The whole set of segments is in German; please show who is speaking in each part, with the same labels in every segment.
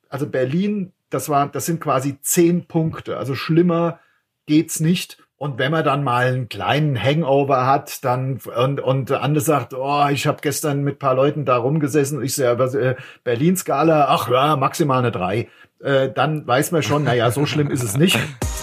Speaker 1: also Berlin, das sind quasi 10 Punkte. Also schlimmer geht's nicht. Und wenn man dann mal einen kleinen Hangover hat, dann und Anne sagt, oh, ich habe gestern mit ein paar Leuten da rumgesessen und ich sehe, Berlin-Skala, ach ja, maximal eine 3. Dann weiß man schon, naja, so schlimm ist es nicht.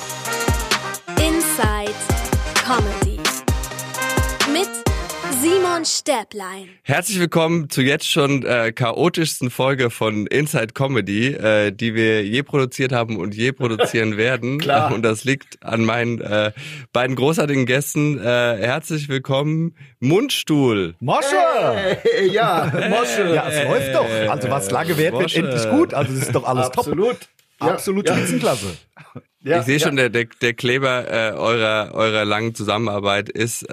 Speaker 2: Inside Comedy mit Simon Stäblein.
Speaker 3: Herzlich willkommen zur jetzt schon chaotischsten Folge von Inside Comedy, die wir je produziert haben und je produzieren werden.
Speaker 1: Klar.
Speaker 3: Und das liegt an meinen beiden großartigen Gästen. Herzlich willkommen, Mundstuhl.
Speaker 4: Mosche!
Speaker 1: Ja, Mosche.
Speaker 4: Ja, es läuft doch. Also was lange währt, wird
Speaker 3: Mosche.
Speaker 4: endlich gut. Also es ist doch alles
Speaker 1: Absolut.
Speaker 4: top. Absolut Spitzenklasse.
Speaker 1: Ja,
Speaker 3: Ich sehe schon, der Kleber eurer langen Zusammenarbeit ist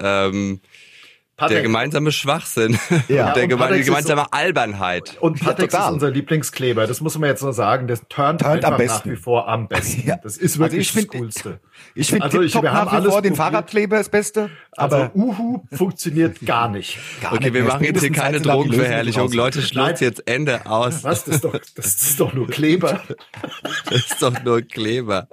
Speaker 3: der gemeinsame Schwachsinn,
Speaker 4: Ja.
Speaker 3: und die
Speaker 1: Und Patex
Speaker 3: gemeinsame Albernheit.
Speaker 1: Und Patex ist
Speaker 4: total.
Speaker 1: unser Lieblingskleber, das muss man jetzt nur sagen. Das turnt
Speaker 4: am
Speaker 1: einfach
Speaker 4: besten.
Speaker 1: nach wie vor am besten.
Speaker 4: Ja.
Speaker 1: Das ist
Speaker 4: Also
Speaker 1: wirklich
Speaker 4: ich find-
Speaker 1: das Coolste.
Speaker 4: Ich finde
Speaker 1: Also
Speaker 4: Tip-Top
Speaker 1: wir haben
Speaker 4: nach wie
Speaker 1: alles
Speaker 4: vor den
Speaker 1: probiert.
Speaker 4: Fahrradkleber das Beste.
Speaker 1: Also
Speaker 4: Aber
Speaker 1: Uhu funktioniert gar nicht.
Speaker 3: Okay, wir machen jetzt hier keine Drogenverherrlichung. Leute, Schluss,
Speaker 1: Nein.
Speaker 3: jetzt Ende aus.
Speaker 1: Was? Das ist doch nur Kleber.
Speaker 3: Das ist doch nur Kleber.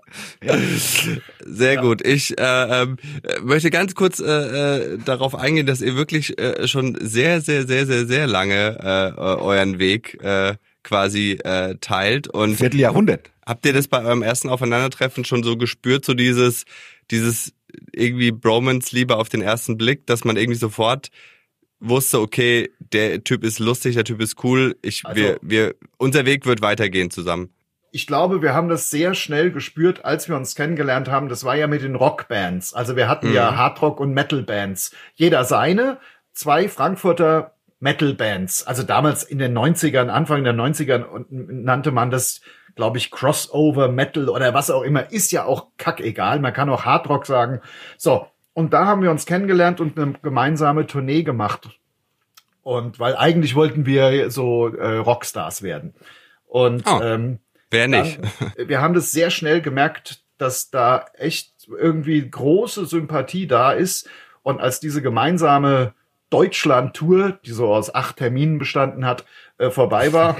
Speaker 3: Sehr gut. Ich möchte ganz kurz darauf eingehen, dass ihr wirklich schon sehr, sehr, sehr, sehr, sehr lange euren Weg quasi teilt. Und
Speaker 4: Vierteljahrhundert.
Speaker 3: habt ihr das bei eurem ersten Aufeinandertreffen schon so gespürt, so dieses irgendwie Bromance-Liebe auf den ersten Blick, dass man irgendwie sofort wusste, okay, der Typ ist lustig, der Typ ist cool, unser Weg wird weitergehen zusammen.
Speaker 1: Ich glaube, wir haben das sehr schnell gespürt, als wir uns kennengelernt haben. Das war ja mit den Rockbands. Also wir hatten ja Hardrock- und Metal-Bands. Jeder seine, 2 Frankfurter Metal-Bands. Also damals in den 90ern, Anfang der 90ern nannte man das, glaube ich, Crossover Metal oder was auch immer. Ist ja auch kackegal. Man kann auch Hardrock sagen. So, und da haben wir uns kennengelernt und eine gemeinsame Tournee gemacht. Und weil eigentlich wollten wir so Rockstars werden. Und
Speaker 3: Wer nicht?
Speaker 1: wir haben das sehr schnell gemerkt, dass da echt irgendwie große Sympathie da ist. Und als diese gemeinsame Deutschland-Tour, die so aus 8 Terminen bestanden hat, vorbei war,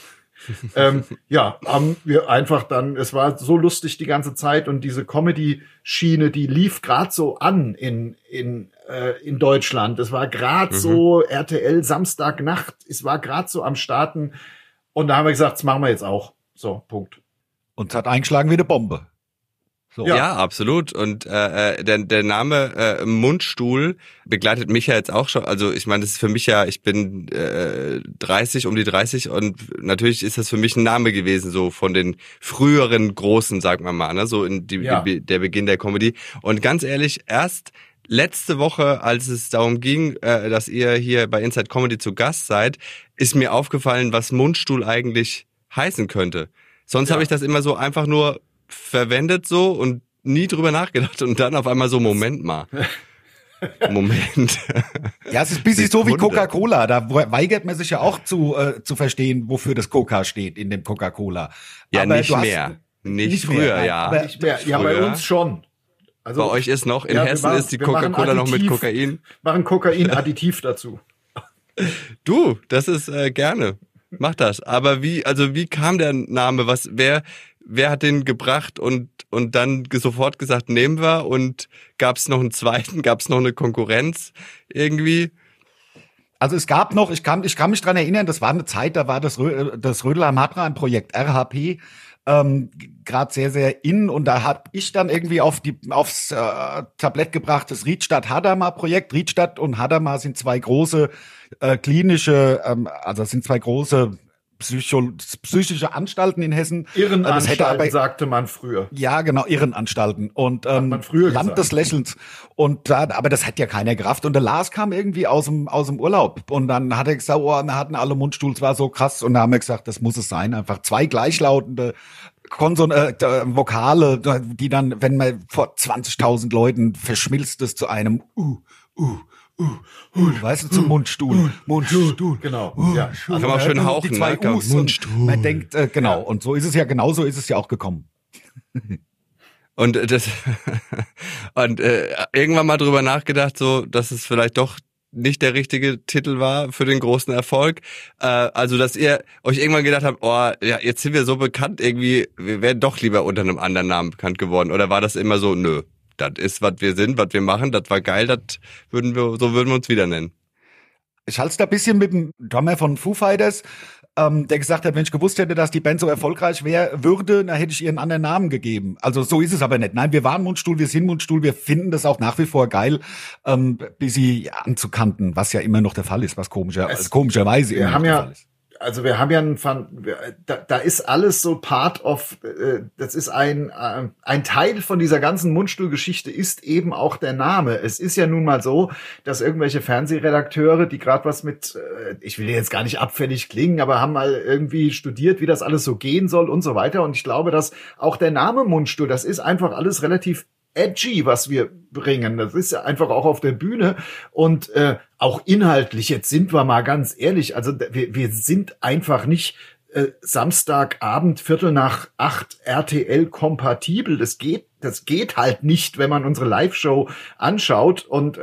Speaker 1: haben wir einfach dann, es war so lustig die ganze Zeit und diese Comedy-Schiene, die lief gerade so an in Deutschland. Es war gerade so RTL Samstagnacht, es war gerade so am Starten und da haben wir gesagt, das machen wir jetzt auch. So, Punkt.
Speaker 4: Und es hat eingeschlagen wie eine Bombe. So.
Speaker 3: Ja, absolut. Und der Name Mundstuhl begleitet mich ja jetzt auch schon. Also ich meine, das ist für mich ja, ich bin 30, um die 30 und natürlich ist das für mich ein Name gewesen, so von den früheren Großen, sagen wir mal, ne? So der Beginn der Comedy. Und ganz ehrlich, erst letzte Woche, als es darum ging, dass ihr hier bei Inside Comedy zu Gast seid, ist mir aufgefallen, was Mundstuhl eigentlich heißen könnte. Sonst habe ich das immer so einfach nur verwendet so und nie drüber nachgedacht und dann auf einmal so, Moment mal. Moment.
Speaker 4: Ja, es ist ein bisschen so wie
Speaker 3: Sekunde.
Speaker 4: Coca-Cola. Da weigert man sich ja auch zu verstehen, wofür das Coca steht in dem Coca-Cola.
Speaker 3: Ja,
Speaker 4: Aber
Speaker 3: nicht
Speaker 4: du hast-
Speaker 3: mehr. Nicht
Speaker 4: nicht
Speaker 3: früher,
Speaker 4: mehr, nein,
Speaker 3: ja.
Speaker 4: aber-
Speaker 1: Nicht mehr. Ja, bei
Speaker 3: Früher.
Speaker 1: uns schon. Also,
Speaker 3: Bei euch ist noch, in
Speaker 1: ja, wir
Speaker 3: Hessen
Speaker 1: machen-
Speaker 3: ist die
Speaker 1: wir machen
Speaker 3: Coca-Cola noch mit
Speaker 1: Additiv.
Speaker 3: Kokain.
Speaker 1: Machen Kokain-Additiv dazu.
Speaker 3: Du, das ist gerne. Mach das. Aber wie kam der Name? Wer hat den gebracht und dann sofort gesagt, nehmen wir? Und gab es noch einen zweiten? Gab es noch eine Konkurrenz irgendwie?
Speaker 4: Also es gab noch, ich kann mich dran erinnern, das war eine Zeit, da war das Rödelheim-Hadran-Projekt, RHP, gerade sehr, sehr in und da habe ich dann irgendwie aufs Tablett gebracht das Riedstadt-Hadamar-Projekt. Riedstadt und Hadamar sind 2 große große psychische Anstalten in Hessen.
Speaker 1: Irrenanstalten, sagte man früher.
Speaker 4: Ja, genau, Irrenanstalten und
Speaker 1: man früher
Speaker 4: Land
Speaker 1: gesagt.
Speaker 4: des Lächelns und aber das hat ja keiner gerafft und der Lars kam irgendwie aus dem Urlaub und dann hat er gesagt, wir hatten alle Mundstuhl, es war so krass und dann haben wir gesagt, das muss es sein, einfach 2 gleichlautende Vokale, die dann, wenn man vor 20.000 Leuten verschmilzt es zu einem weißt du, zum Mundstuhl.
Speaker 1: Genau. Ja.
Speaker 3: Kann man auch schön
Speaker 4: die
Speaker 3: hauchen,
Speaker 4: 2
Speaker 3: ne? Kann-
Speaker 4: U's und man denkt, genau. Und so ist es ja auch gekommen.
Speaker 3: Und irgendwann mal drüber nachgedacht, so, dass es vielleicht doch nicht der richtige Titel war für den großen Erfolg. Also, dass ihr euch irgendwann gedacht habt, oh, ja, jetzt sind wir so bekannt irgendwie, wir wären doch lieber unter einem anderen Namen bekannt geworden. Oder war das immer so, nö, das ist, was wir sind, was wir machen, das war geil, so würden wir uns wieder nennen.
Speaker 4: Ich halte es da ein bisschen mit dem Drummer von Foo Fighters, der gesagt hat, wenn ich gewusst hätte, dass die Band so erfolgreich würde, dann hätte ich ihr einen anderen Namen gegeben. Also so ist es aber nicht. Nein, wir waren Mundstuhl, wir sind Mundstuhl, wir finden das auch nach wie vor geil, busy anzukanten, was ja immer noch der Fall ist, was komischerweise immer noch der Fall ist.
Speaker 1: Also wir haben ja da ist alles so part of, das ist ein Teil von dieser ganzen Mundstuhl-Geschichte ist eben auch der Name. Es ist ja nun mal so, dass irgendwelche Fernsehredakteure, die gerade was mit, ich will jetzt gar nicht abfällig klingen, aber haben mal irgendwie studiert, wie das alles so gehen soll und so weiter. Und ich glaube, dass auch der Name Mundstuhl, das ist einfach alles relativ edgy, was wir bringen. Das ist ja einfach auch auf der Bühne und auch inhaltlich. Jetzt sind wir mal ganz ehrlich, also wir sind einfach nicht Samstagabend 7:45 RTL kompatibel. Das geht halt nicht, wenn man unsere Live-Show anschaut und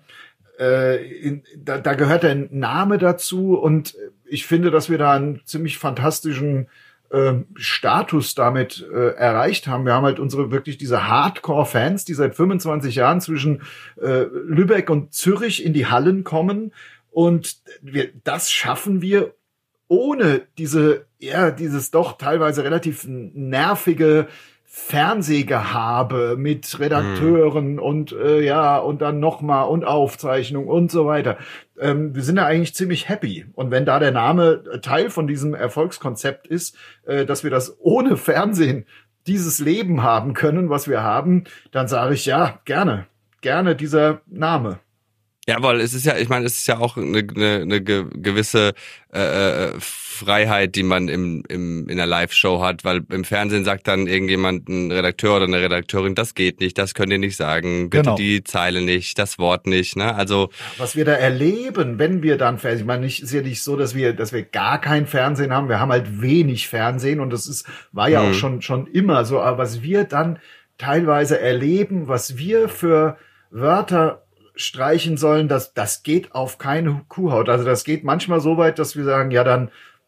Speaker 1: da gehört der Name dazu und ich finde, dass wir da einen ziemlich fantastischen Status damit erreicht haben. Wir haben halt wirklich diese Hardcore-Fans, die seit 25 Jahren zwischen Lübeck und Zürich in die Hallen kommen und das schaffen wir ohne dieses doch teilweise relativ nervige Fernsehgehabe mit Redakteuren und und dann nochmal und Aufzeichnung und so weiter. Wir sind da eigentlich ziemlich happy. Und wenn da der Name Teil von diesem Erfolgskonzept ist, dass wir das ohne Fernsehen dieses Leben haben können, was wir haben, dann sage ich ja, gerne dieser Name.
Speaker 3: Jawohl, es ist ja auch eine gewisse Freiheit, die man in der Live-Show hat, weil im Fernsehen sagt dann irgendjemand, ein Redakteur oder eine Redakteurin, das geht nicht, das könnt ihr nicht sagen, bitte genau. Die Zeile nicht, das Wort nicht, ne? Also
Speaker 1: was wir da erleben, wenn wir dann Fernsehen, ich meine, ist ja nicht so, dass wir gar kein Fernsehen haben, wir haben halt wenig Fernsehen und das war ja auch schon immer so, aber was wir dann teilweise erleben, was wir für Wörter streichen sollen, das geht auf keine Kuhhaut. Also das geht manchmal so weit, dass wir sagen, ja, dann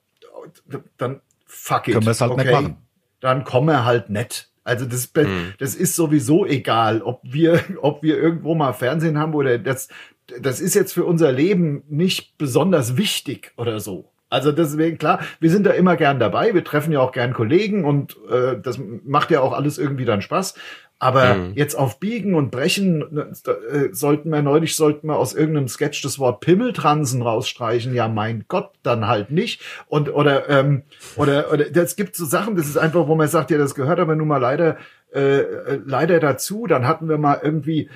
Speaker 1: fuck it.
Speaker 4: Können wir es halt nicht machen.
Speaker 1: Dann kommen wir halt nicht. Also das ist sowieso egal, ob wir irgendwo mal Fernsehen haben oder das ist jetzt für unser Leben nicht besonders wichtig oder so. Also deswegen, klar, wir sind da immer gern dabei, wir treffen ja auch gern Kollegen und das macht ja auch alles irgendwie dann Spaß. Aber jetzt auf Biegen und Brechen sollten wir aus irgendeinem Sketch das Wort Pimmeltransen rausstreichen. Ja, mein Gott, dann halt nicht. Oder es gibt so Sachen, das ist einfach, wo man sagt, ja, das gehört aber nun mal leider dazu. Dann hatten wir mal irgendwie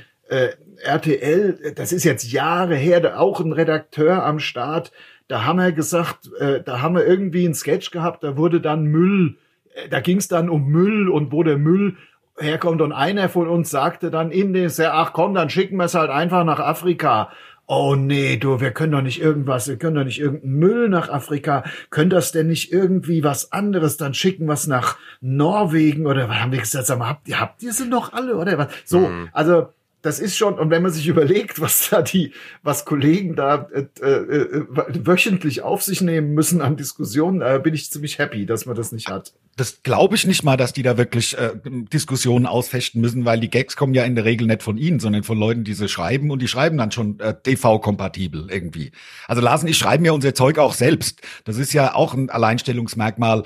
Speaker 1: RTL, das ist jetzt Jahre her, auch ein Redakteur am Start. Da haben wir gesagt, da haben wir irgendwie einen Sketch gehabt, da wurde dann Müll, da ging es dann um Müll und wo der Müll herkommt und einer von uns sagte dann ach komm, dann schicken wir es halt einfach nach Afrika. Oh nee, wir können doch nicht irgendeinen Müll nach Afrika. Können das denn nicht irgendwie was anderes? Dann schicken wir es nach Norwegen oder was haben wir gesagt? Habt ihr sie noch alle oder was? So, also das ist schon, und wenn man sich überlegt, was Kollegen da wöchentlich auf sich nehmen müssen an Diskussionen, bin ich ziemlich happy, dass man das nicht hat.
Speaker 4: Das glaube ich nicht mal, dass die da wirklich Diskussionen ausfechten müssen, weil die Gags kommen ja in der Regel nicht von ihnen, sondern von Leuten, die sie schreiben und die schreiben dann schon TV-kompatibel irgendwie. Also Lars und ich schreiben ja unser Zeug auch selbst. Das ist ja auch ein Alleinstellungsmerkmal,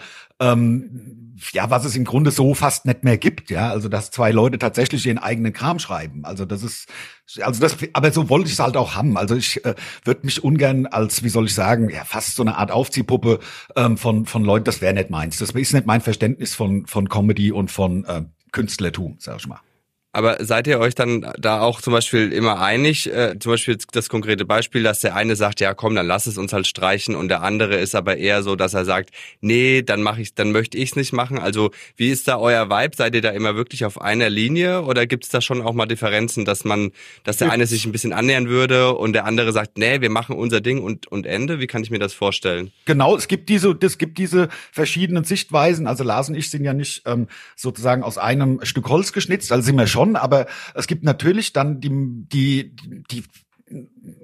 Speaker 4: was es im Grunde so fast nicht mehr gibt, ja. Also, dass zwei Leute tatsächlich ihren eigenen Kram schreiben. Also, aber so wollte ich es halt auch haben. Also, ich würde mich ungern als, wie soll ich sagen, ja, fast so eine Art Aufziehpuppe von Leuten, das wäre nicht meins. Das ist nicht mein Verständnis von Comedy und von Künstlertum, sag ich mal.
Speaker 3: Aber seid ihr euch dann da auch zum Beispiel immer einig, zum Beispiel das konkrete Beispiel, dass der eine sagt, ja komm, dann lass es uns halt streichen und der andere ist aber eher so, dass er sagt, nee, dann möchte ich es nicht machen. Also wie ist da euer Vibe? Seid ihr da immer wirklich auf einer Linie oder gibt es da schon auch mal Differenzen, dass der eine sich ein bisschen annähern würde und der andere sagt, nee, wir machen unser Ding und Ende? Wie kann ich mir das vorstellen?
Speaker 4: Genau, es gibt diese verschiedenen Sichtweisen. Also Lars und ich sind ja nicht sozusagen aus einem Stück Holz geschnitzt, also sind wir schon. Aber es gibt natürlich dann die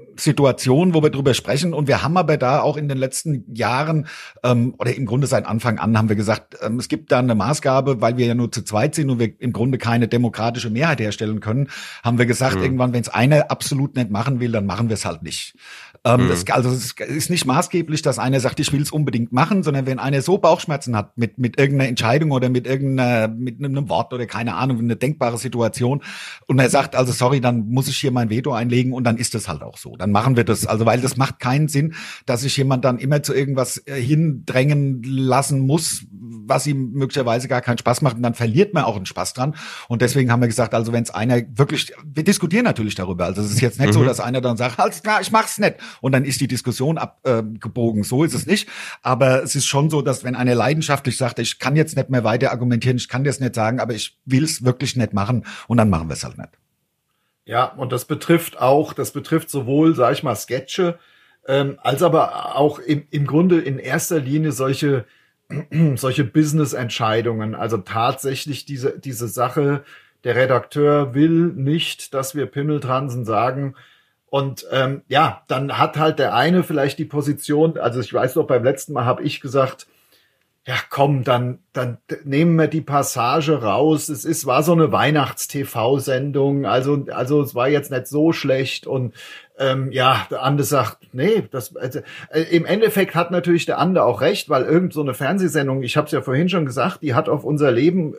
Speaker 4: Situation, wo wir drüber sprechen. Und wir haben aber da auch in den letzten Jahren, oder im Grunde seit Anfang an, haben wir gesagt, es gibt da eine Maßgabe, weil wir ja nur zu zweit sind und wir im Grunde keine demokratische Mehrheit herstellen können, haben wir gesagt, irgendwann, wenn es einer absolut nicht machen will, dann machen wir es halt nicht. Es ist nicht maßgeblich, dass einer sagt, ich will es unbedingt machen, sondern wenn einer so Bauchschmerzen hat mit irgendeiner Entscheidung oder mit einem Wort oder keine Ahnung, eine denkbare Situation und er sagt, also sorry, dann muss ich hier mein Veto einlegen und dann ist das halt auch so. Dann machen wir das. Also weil das macht keinen Sinn, dass sich jemand dann immer zu irgendwas hindrängen lassen muss, was ihm möglicherweise gar keinen Spaß macht und dann verliert man auch einen Spaß dran. Und deswegen haben wir gesagt, also wenn es einer wirklich, wir diskutieren natürlich darüber. Also es ist jetzt nicht so, dass einer dann sagt, alles klar, ich mach's nicht. Und dann ist die Diskussion abgebogen. So ist es nicht. Aber es ist schon so, dass wenn einer leidenschaftlich sagt, ich kann jetzt nicht mehr weiter argumentieren, ich kann das nicht sagen, aber ich will es wirklich nicht machen und dann machen wir es halt nicht.
Speaker 1: Ja, und das betrifft sowohl, sag ich mal, Sketche, als aber auch im Grunde in erster Linie solche Business-Entscheidungen. Also tatsächlich diese Sache, der Redakteur will nicht, dass wir Pimmeltransen sagen. Und dann hat halt der eine vielleicht die Position, also ich weiß noch, beim letzten Mal habe ich gesagt, ja komm, dann nehmen wir die Passage raus. War so eine Weihnachts-TV-Sendung, also es war jetzt nicht so schlecht. Und der Ande sagt, nee, im Endeffekt hat natürlich der Ande auch recht, weil irgend so eine Fernsehsendung, ich habe es ja vorhin schon gesagt, das hat auf unser Leben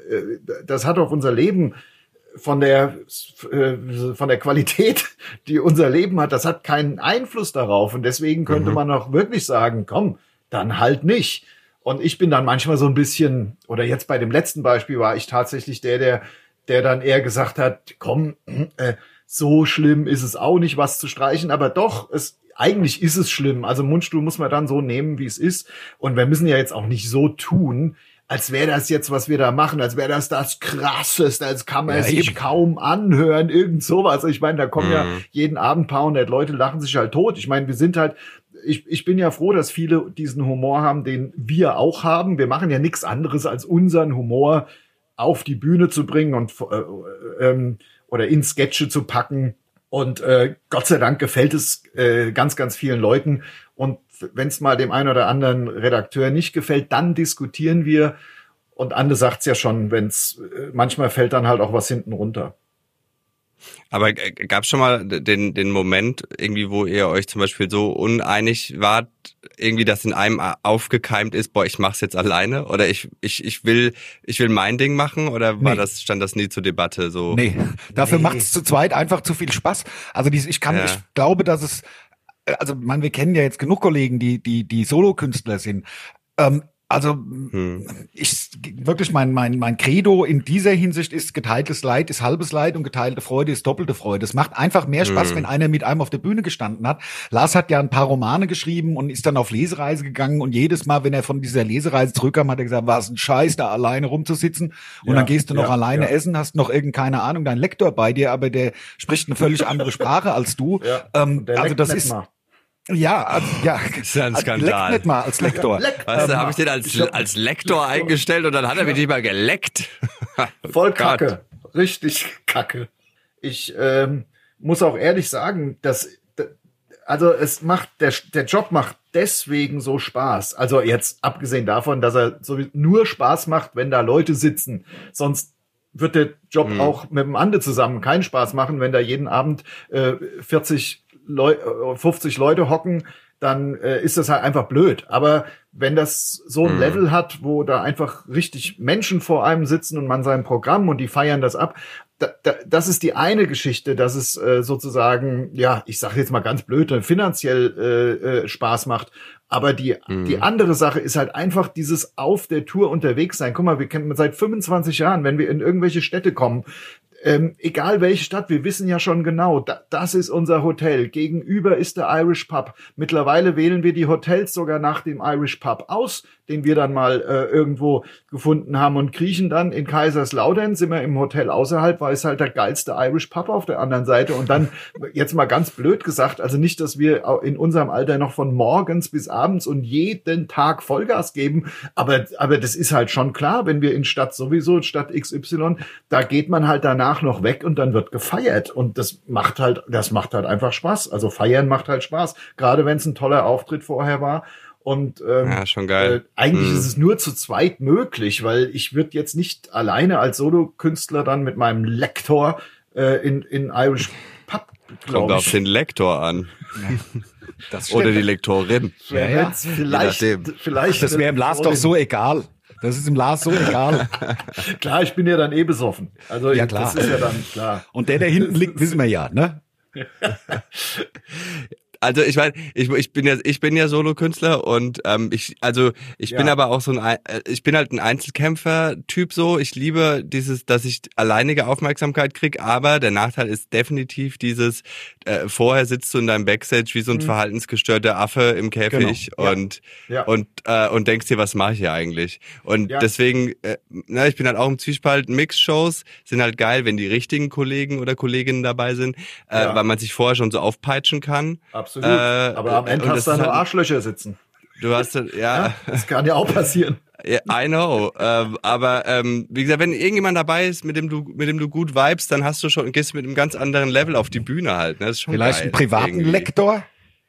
Speaker 1: von der Qualität, die unser Leben hat, das hat keinen Einfluss darauf. Und deswegen könnte man auch wirklich sagen, komm, dann halt nicht. Und ich bin dann manchmal so ein bisschen, oder jetzt bei dem letzten Beispiel war ich tatsächlich der dann eher gesagt hat, komm, so schlimm ist es auch nicht, was zu streichen, aber doch, eigentlich ist es schlimm. Also Mundstuhl muss man dann so nehmen, wie es ist. Und wir müssen ja jetzt auch nicht so tun, als wäre das jetzt, was wir da machen, als wäre das Krasseste, als kann man es sich kaum anhören, irgend sowas. Ich meine, da kommen ja jeden Abend ein paar hundert Leute, lachen sich halt tot. Ich meine, wir sind halt, ich bin ja froh, dass viele diesen Humor haben, den wir auch haben. Wir machen ja nichts anderes, als unseren Humor auf die Bühne zu bringen und oder in Sketche zu packen. Und Gott sei Dank gefällt es ganz, ganz vielen Leuten. Und wenn es mal dem einen oder anderen Redakteur nicht gefällt, dann diskutieren wir. Und Ande sagt's ja schon, manchmal fällt dann halt auch was hinten runter.
Speaker 3: Aber gab es schon mal den Moment irgendwie, wo ihr euch zum Beispiel so uneinig wart, irgendwie, dass in einem aufgekeimt ist, boah, ich mach's jetzt alleine oder ich will mein Ding machen oder stand das nie zur Debatte so?
Speaker 4: Nee, dafür macht's zu zweit einfach zu viel Spaß. Also ich glaube, dass es, also wir kennen ja jetzt genug Kollegen, die Solokünstler sind. Wirklich mein Credo in dieser Hinsicht ist, geteiltes Leid ist halbes Leid und geteilte Freude ist doppelte Freude. Es macht einfach mehr Spaß, wenn einer mit einem auf der Bühne gestanden hat. Lars hat ja ein paar Romane geschrieben und ist dann auf Lesereise gegangen und jedes Mal, wenn er von dieser Lesereise zurückkam, hat er gesagt, war es ein Scheiß, da alleine rumzusitzen und dann gehst du noch alleine essen, hast noch keine Ahnung, dein Lektor bei dir, aber der spricht eine völlig andere Sprache als du.
Speaker 1: Ja,
Speaker 4: also das ist... Ja,
Speaker 3: das ist ja ein Skandal.
Speaker 4: Leckt nicht mal als Lektor.
Speaker 3: Weißt du, habe ich den als Lektor eingestellt und dann hat er mich nicht mal geleckt.
Speaker 1: Voll Kacke. Richtig Kacke. Ich muss auch ehrlich sagen, der Job macht deswegen so Spaß. Also jetzt abgesehen davon, dass er so nur Spaß macht, wenn da Leute sitzen. Sonst wird der Job auch mit dem Ande zusammen keinen Spaß machen, wenn da jeden Abend 50 Leute hocken, dann ist das halt einfach blöd. Aber wenn das so ein Level hat, wo da einfach richtig Menschen vor einem sitzen und man sein Programm und die feiern das ab, das ist die eine Geschichte, dass es sozusagen, ja, ich sage jetzt mal ganz blöd, finanziell Spaß macht. Aber die andere Sache ist halt einfach dieses auf der Tour unterwegs sein. Guck mal, wir kennen seit 25 Jahren, wenn wir in irgendwelche Städte kommen, egal welche Stadt, wir wissen ja schon genau, das ist unser Hotel. Gegenüber ist der Irish Pub. Mittlerweile wählen wir die Hotels sogar nach dem Irish Pub aus, den wir dann mal irgendwo gefunden haben und kriechen dann in Kaiserslautern, sind wir im Hotel außerhalb, weil es halt der geilste Irish Pub auf der anderen Seite. Und dann, jetzt mal ganz blöd gesagt, also nicht, dass wir in unserem Alter noch von morgens bis abends und jeden Tag Vollgas geben, aber das ist halt schon klar, wenn wir in Stadt XY, da geht man halt danach danach noch weg und dann wird gefeiert. Und das macht halt einfach Spaß. Also feiern macht halt Spaß. Gerade wenn es ein toller Auftritt vorher war. Und
Speaker 3: ja, schon geil.
Speaker 1: Eigentlich ist es nur zu zweit möglich, weil ich würde jetzt nicht alleine als Solokünstler dann mit meinem Lektor in Irish Pub,
Speaker 3: Kommt auf den Lektor an. Oder die Lektorin.
Speaker 4: Ja.
Speaker 1: Vielleicht.
Speaker 4: Das wäre im Lars doch so egal. Das ist im Lars so egal.
Speaker 1: Klar, ich bin ja dann besoffen. Also
Speaker 4: ja, klar.
Speaker 1: Das ist ja dann klar.
Speaker 4: Und der hinten liegt, wissen wir ja, ne?
Speaker 3: Also ich meine, ich bin ja Solokünstler und ich bin aber auch ich bin halt ein Einzelkämpfer-Typ so. Ich liebe dass ich alleinige Aufmerksamkeit krieg, aber der Nachteil ist definitiv dieses, vorher sitzt du in deinem Backstage wie so ein verhaltensgestörter Affe im Käfig und denkst dir, was mache ich hier eigentlich? Und deswegen, ich bin halt auch im Zwiespalt. Mix-Shows sind halt geil, wenn die richtigen Kollegen oder Kolleginnen dabei sind, weil man sich vorher schon so aufpeitschen kann.
Speaker 1: Absolut. Aber am Ende hast du da nur Arschlöcher sitzen.
Speaker 3: Du hast ja.
Speaker 1: Das kann ja auch passieren.
Speaker 3: I know. Aber wie gesagt, wenn irgendjemand dabei ist, mit dem du gut vibest, dann gehst du mit einem ganz anderen Level auf die Bühne halt. Ne? Das ist schon
Speaker 4: vielleicht
Speaker 3: geil,
Speaker 4: einen privaten
Speaker 3: irgendwie.
Speaker 4: Lektor?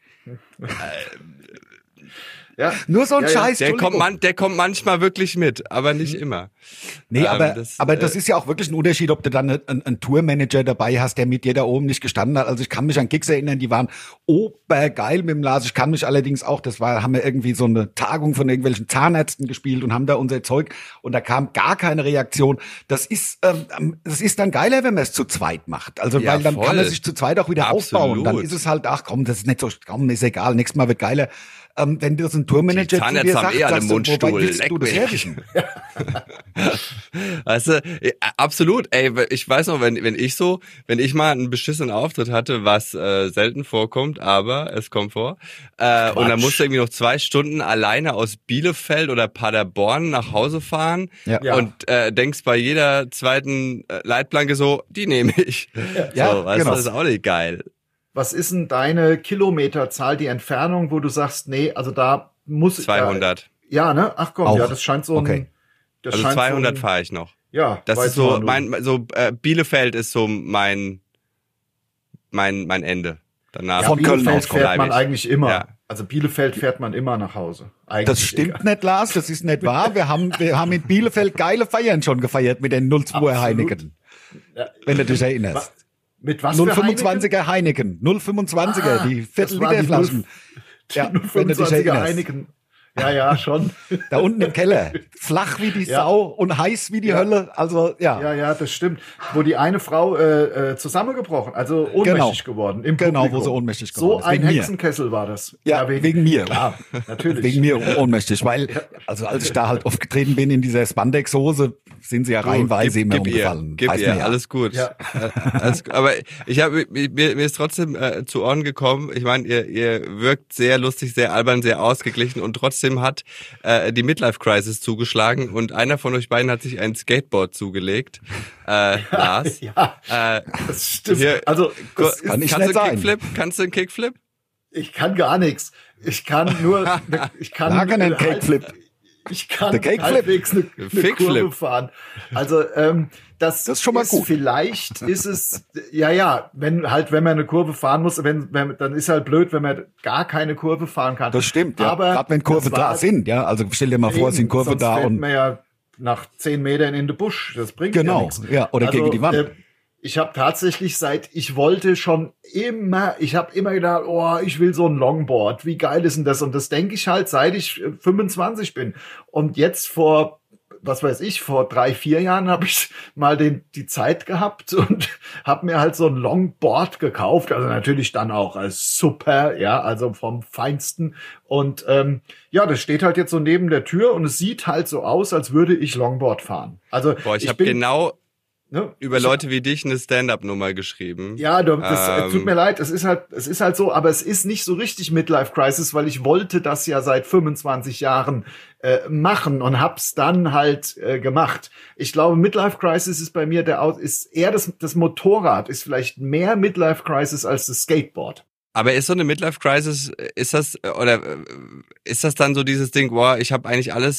Speaker 1: Ja.
Speaker 4: Nur so ein Scheiß.
Speaker 3: Der kommt manchmal wirklich mit, aber nicht immer.
Speaker 4: Nee, aber das ist ja auch wirklich ein Unterschied, ob du dann einen Tourmanager dabei hast, der mit dir da oben nicht gestanden hat. Also ich kann mich an Gigs erinnern, die waren obergeil mit dem Lars. Ich kann mich allerdings auch, haben wir irgendwie so eine Tagung von irgendwelchen Zahnärzten gespielt und haben da unser Zeug und da kam gar keine Reaktion. Das ist dann geiler, wenn man es zu zweit macht. Also weil dann kann man sich zu zweit auch wieder aufbauen. Dann ist es halt, ach komm, das ist nicht so, komm, ist egal, nächstes Mal wird geiler. Wenn das ein Tourmanager zu dir sagt,
Speaker 3: haben alle Mundstuhl.
Speaker 4: wobei willst du das herwischen?
Speaker 3: Weißt du, absolut. Ey, ich weiß noch, wenn ich mal einen beschissenen Auftritt hatte, was selten vorkommt, aber es kommt vor. Und dann musst du irgendwie noch 2 Stunden alleine aus Bielefeld oder Paderborn nach Hause fahren und denkst bei jeder zweiten Leitplanke so, die nehme ich.
Speaker 4: Ja,
Speaker 3: so, weißt du, das ist auch nicht geil.
Speaker 1: Was ist denn deine Kilometerzahl, die Entfernung, wo du sagst, nee, also da muss
Speaker 3: 200.
Speaker 1: Ja, ne? Ach komm,
Speaker 4: auch.
Speaker 1: Ja, das scheint so ein...
Speaker 4: Okay.
Speaker 1: Das
Speaker 3: Also 200 fahre ich noch.
Speaker 1: Ja.
Speaker 3: Das ist so, Bielefeld ist so mein Ende. Danach
Speaker 4: von Köln
Speaker 1: Bielefeld
Speaker 4: aus
Speaker 1: fährt man eigentlich immer.
Speaker 3: Ja.
Speaker 1: Also Bielefeld fährt man immer nach Hause. Eigentlich
Speaker 4: Das stimmt nicht, Lars, das ist nicht wahr. Wir haben in Bielefeld geile Feiern schon gefeiert mit den 02er Heineken.
Speaker 1: Ja.
Speaker 4: Wenn du dich erinnerst.
Speaker 1: Mit was für
Speaker 4: 0,25er Heineken. 0,25er, die Viertel-Liter-Flaschen.
Speaker 1: Ja, 0,25er Heineken. Ja, schon.
Speaker 4: Da unten im Keller. Flach wie die Sau und heiß wie die Hölle. Also,
Speaker 1: Ja, das stimmt. Wo die eine Frau zusammengebrochen, also ohnmächtig geworden. Im
Speaker 4: Genau,
Speaker 1: Publikum.
Speaker 4: wo sie ohnmächtig geworden ist.
Speaker 1: So ein
Speaker 4: Wegen mir.
Speaker 1: Hexenkessel war das.
Speaker 4: Ja, wegen mir.
Speaker 1: Klar, natürlich.
Speaker 4: Wegen mir ohnmächtig. Weil, also als ich da halt aufgetreten bin in dieser Spandex-Hose, sind sie ja reihenweise immer umgefallen.
Speaker 3: Gib ihr, alles gut.
Speaker 1: Ja.
Speaker 3: Alles gut. Aber mir ist trotzdem zu Ohren gekommen, ich meine, ihr wirkt sehr lustig, sehr albern, sehr ausgeglichen und trotzdem hat die Midlife-Crisis zugeschlagen und einer von euch beiden hat sich ein Skateboard zugelegt. Lars.
Speaker 1: Das stimmt.
Speaker 3: Hier,
Speaker 1: also, das
Speaker 4: kann nicht
Speaker 3: kannst
Speaker 4: nicht
Speaker 3: du
Speaker 4: sein.
Speaker 3: Kannst du einen Kickflip?
Speaker 1: ich kann gar nichts. Ich kann nur,
Speaker 4: Gar keinen Cakeflip.
Speaker 1: Ich kann
Speaker 4: Der Cakeflip.
Speaker 1: halbwegs eine
Speaker 3: Fickflip.
Speaker 1: Kurve fahren. Also das
Speaker 4: ist schon mal gut.
Speaker 1: Vielleicht ist es wenn man eine Kurve fahren muss, wenn dann ist halt blöd, wenn man gar keine Kurve fahren kann.
Speaker 4: Das stimmt, ja.
Speaker 1: Aber
Speaker 4: gerade wenn Kurven da sind, ja. Also stell dir mal vor, es sind Kurven
Speaker 1: sonst
Speaker 4: da
Speaker 1: fällt
Speaker 4: und
Speaker 1: man ja nach 10 Metern in den Busch. Das bringt ja
Speaker 4: genau,
Speaker 1: nichts.
Speaker 4: ja, oder gegen die Wand.
Speaker 1: Ich habe tatsächlich ich habe immer gedacht, ich will so ein Longboard. Wie geil ist denn das? Und das denke ich halt, seit ich 25 bin. Und jetzt vor 3-4 Jahren habe ich mal die Zeit gehabt und habe mir halt so ein Longboard gekauft. Also natürlich dann auch als super, also vom Feinsten. Und das steht halt jetzt so neben der Tür und es sieht halt so aus, als würde ich Longboard fahren. Also
Speaker 3: ich habe genau über Leute wie dich eine Stand-up-Nummer geschrieben.
Speaker 1: Ja, das tut mir leid, es ist halt so, aber es ist nicht so richtig Midlife-Crisis, weil ich wollte das ja seit 25 Jahren machen und hab's dann halt gemacht. Ich glaube, Midlife-Crisis ist bei mir ist eher das Motorrad, ist vielleicht mehr Midlife-Crisis als das Skateboard.
Speaker 3: Aber ist so eine Midlife-Crisis, ist das dann so dieses Ding, ich habe eigentlich alles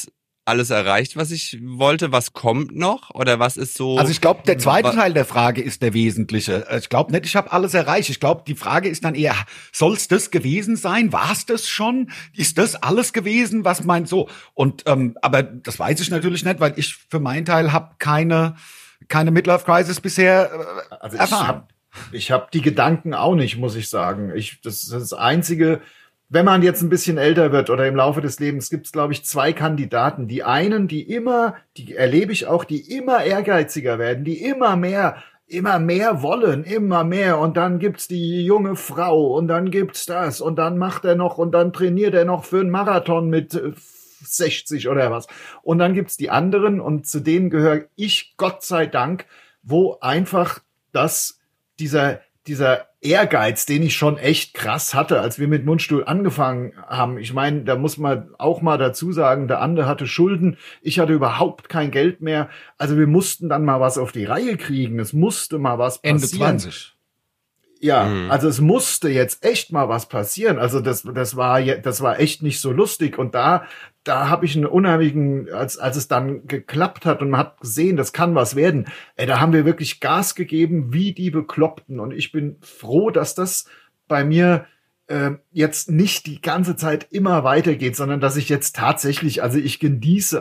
Speaker 3: alles erreicht, was ich wollte? Was kommt noch? Oder was ist so?
Speaker 4: Also ich glaube, der zweite Teil der Frage ist der wesentliche. Ich glaube nicht, ich habe alles erreicht. Ich glaube, die Frage ist dann eher, soll es das gewesen sein? War es das schon? Ist das alles gewesen? Was meint so? Und aber das weiß ich natürlich nicht, weil ich für meinen Teil habe keine Midlife-Crisis bisher erfahren.
Speaker 1: Ich hab die Gedanken auch nicht, muss ich sagen. Das ist das Einzige. Wenn man jetzt ein bisschen älter wird oder im Laufe des Lebens, gibt es, glaube ich, zwei Kandidaten. Die einen, die erlebe ich auch, die immer ehrgeiziger werden, die immer mehr wollen, immer mehr. Und dann gibt's die junge Frau und dann gibt's das und dann macht er noch und dann trainiert er noch für einen Marathon mit 60 oder was. Und dann gibt's die anderen und zu denen gehöre ich, Gott sei Dank, wo einfach dieser Ehrgeiz, den ich schon echt krass hatte, als wir mit Mundstuhl angefangen haben. Ich meine, da muss man auch mal dazu sagen, der andere hatte Schulden, ich hatte überhaupt kein Geld mehr. Also wir mussten dann mal was auf die Reihe kriegen. Es musste mal was passieren.
Speaker 4: Ende 20.
Speaker 1: Ja, also es musste jetzt echt mal was passieren. Also das war echt nicht so lustig. Und da habe ich einen unheimlichen, als es dann geklappt hat und man hat gesehen, das kann was werden. Da haben wir wirklich Gas gegeben, wie die Bekloppten. Und ich bin froh, dass das bei mir jetzt nicht die ganze Zeit immer weitergeht, sondern dass ich jetzt tatsächlich, also ich genieße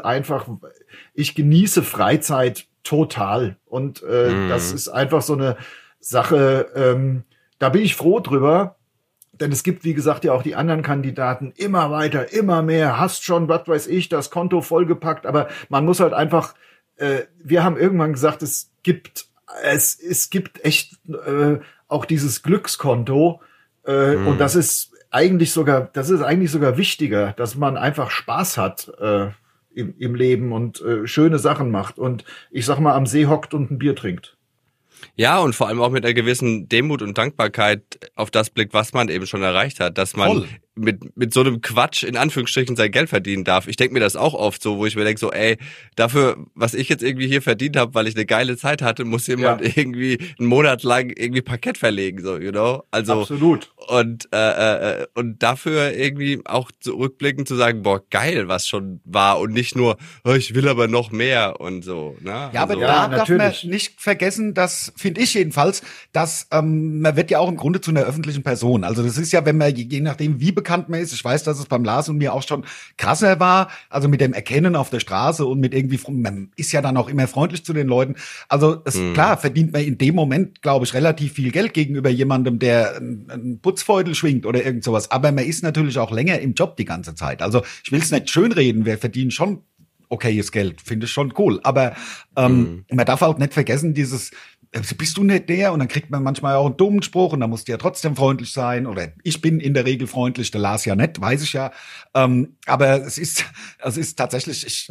Speaker 1: Freizeit total. Und das ist einfach so eine Sache, da bin ich froh drüber, denn es gibt, wie gesagt, ja auch die anderen Kandidaten, immer weiter, immer mehr, hast schon, was weiß ich, das Konto vollgepackt, aber man muss halt einfach, wir haben irgendwann gesagt, es gibt echt auch dieses Glückskonto und das ist eigentlich sogar wichtiger, dass man einfach Spaß hat im Leben und schöne Sachen macht und ich sag mal am See hockt und ein Bier trinkt.
Speaker 3: Ja, und vor allem auch mit einer gewissen Demut und Dankbarkeit auf das blickt, was man eben schon erreicht hat, dass man mit so einem Quatsch in Anführungsstrichen sein Geld verdienen darf. Ich denke mir das auch oft so, wo ich mir denke so, ey, dafür, was ich jetzt irgendwie hier verdient habe, weil ich eine geile Zeit hatte, muss jemand irgendwie einen Monat lang irgendwie Parkett verlegen, so, you know? Also
Speaker 1: absolut.
Speaker 3: Und dafür irgendwie auch zurückblickend zu sagen, boah, geil, was schon war und nicht nur, oh, ich will aber noch mehr und so, ne?
Speaker 4: Ja, aber da darf man nicht vergessen, dass, finde ich jedenfalls, dass man wird ja auch im Grunde zu einer öffentlichen Person. Also das ist ja, wenn man, je nachdem wie bekannt man ist, ich weiß, dass es beim Lars und mir auch schon krasser war, also mit dem Erkennen auf der Straße und mit irgendwie, man ist ja dann auch immer freundlich zu den Leuten. Also klar verdient man in dem Moment, glaube ich, relativ viel Geld gegenüber jemandem, der einen Putzfeudel schwingt oder irgend sowas. Aber man ist natürlich auch länger im Job die ganze Zeit. Also ich will es nicht schönreden, wir verdienen schon okayes Geld, finde ich schon cool. Aber man darf auch nicht vergessen, bist du nicht der? Und dann kriegt man manchmal auch einen dummen Spruch und dann musst du ja trotzdem freundlich sein. Oder ich bin in der Regel freundlich, der Lars ja nicht, weiß ich ja. Aber es ist tatsächlich,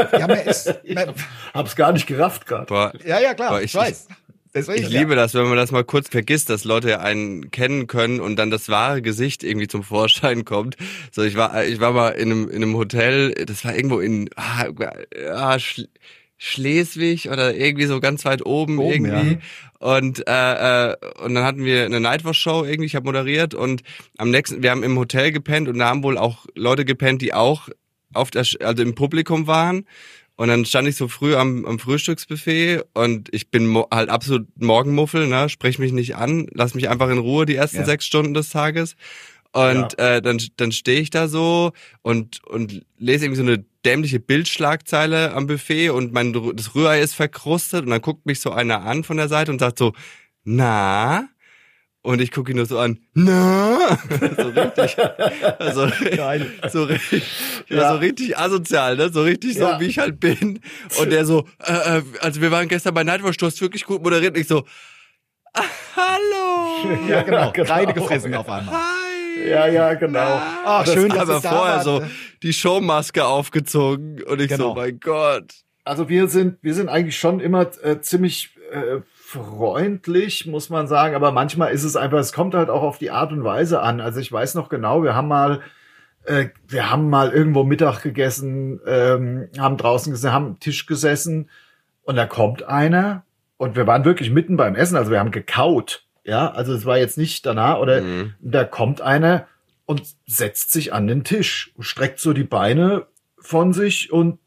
Speaker 1: hab's gar nicht gerafft gerade.
Speaker 4: Ja, klar, ich weiß.
Speaker 3: Deswegen, ich liebe das, wenn man das mal kurz vergisst, dass Leute einen kennen können und dann das wahre Gesicht irgendwie zum Vorschein kommt. So, ich war mal in einem Hotel, das war irgendwo in Schleswig oder irgendwie so ganz weit oben irgendwie. Ja. Und dann hatten wir eine Nightwatch-Show irgendwie, ich habe moderiert und wir haben im Hotel gepennt und da haben wohl auch Leute gepennt, die auch also im Publikum waren. Und dann stand ich so früh am Frühstücksbuffet und ich bin halt absolut Morgenmuffel, ne, sprech mich nicht an, lass mich einfach in Ruhe die ersten 6 Stunden des Tages. Und dann stehe ich da so und lese irgendwie so eine dämliche Bildschlagzeile am Buffet und das Rührei ist verkrustet und dann guckt mich so einer an von der Seite und sagt so, na? Und ich gucke ihn nur so an, na? So richtig, also geil. So richtig asozial, ne? So richtig so, wie ich halt bin. Und der so, also wir waren gestern bei Nightwatch, du hast wirklich gut moderiert. Und ich so, hallo.
Speaker 4: Ja, genau. Kreide gefressen auf einmal.
Speaker 3: Hi.
Speaker 1: Ja, genau.
Speaker 3: Ach, schön, dass aber vorher so die Showmaske aufgezogen und ich so, mein Gott.
Speaker 1: Also wir sind eigentlich schon immer ziemlich freundlich, muss man sagen, aber manchmal ist es einfach, es kommt halt auch auf die Art und Weise an. Also ich weiß noch genau, wir haben mal irgendwo Mittag gegessen, haben draußen gesessen, haben am Tisch gesessen und da kommt einer und wir waren wirklich mitten beim Essen, also wir haben gekaut, ja, also es war jetzt nicht danach oder da kommt einer und setzt sich an den Tisch, streckt so die Beine von sich und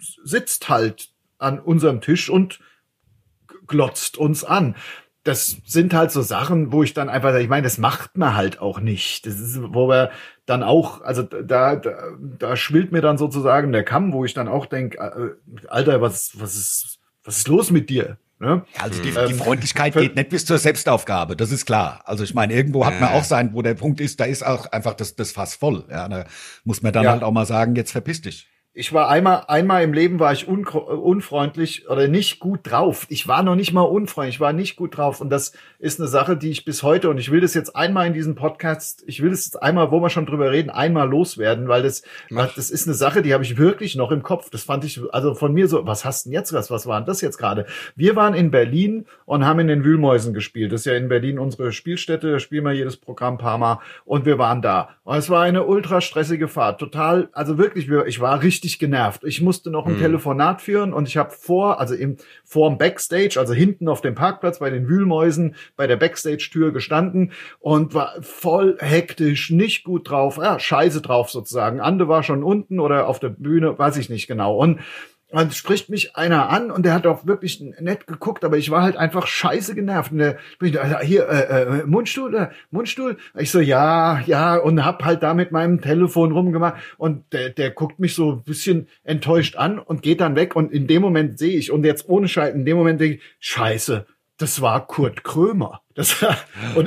Speaker 1: sitzt halt an unserem Tisch und glotzt uns an. Das sind halt so Sachen, wo ich dann einfach, ich meine, das macht man halt auch nicht. Das ist, wo wir dann auch, also da schwillt mir dann sozusagen der Kamm, wo ich dann auch denke, Alter, was ist los mit dir? Ne?
Speaker 4: Also die Freundlichkeit geht nicht bis zur Selbstaufgabe, das ist klar. Also ich meine, irgendwo hat man auch sein, wo der Punkt ist, da ist auch einfach das Fass voll. Ja, da muss man dann halt auch mal sagen, jetzt verpiss dich.
Speaker 1: Ich war einmal im Leben war ich unfreundlich oder nicht gut drauf. Ich war noch nicht mal unfreundlich, ich war nicht gut drauf. Und das ist eine Sache, die ich bis heute, und ich will das jetzt einmal in diesem Podcast, ich will das jetzt einmal, wo wir schon drüber reden, einmal loswerden, weil das ist eine Sache, die habe ich wirklich noch im Kopf. Das fand ich, also von mir so, was hast denn jetzt was war denn das jetzt gerade? Wir waren in Berlin und haben in den Wühlmäusen gespielt. Das ist ja in Berlin unsere Spielstätte, da spielen wir jedes Programm ein paar Mal. Und wir waren da. Und es war eine ultra stressige Fahrt. Total, also wirklich, ich war richtig genervt. Ich musste noch ein Telefonat führen und ich habe vor dem Backstage, also hinten auf dem Parkplatz bei den Wühlmäusen, bei der Backstage-Tür gestanden und war voll hektisch, nicht gut drauf, scheiße drauf sozusagen. Ande war schon unten oder auf der Bühne, weiß ich nicht genau. Und dann spricht mich einer an und der hat auch wirklich nett geguckt, aber ich war halt einfach scheiße genervt. Und der spricht, hier, Mundstuhl. Ich so, ja, und hab halt da mit meinem Telefon rumgemacht. Und der guckt mich so ein bisschen enttäuscht an und geht dann weg. Und in dem Moment sehe ich, und jetzt ohne Scheiß, in dem Moment denke ich, scheiße, das war Kurt Krömer. Und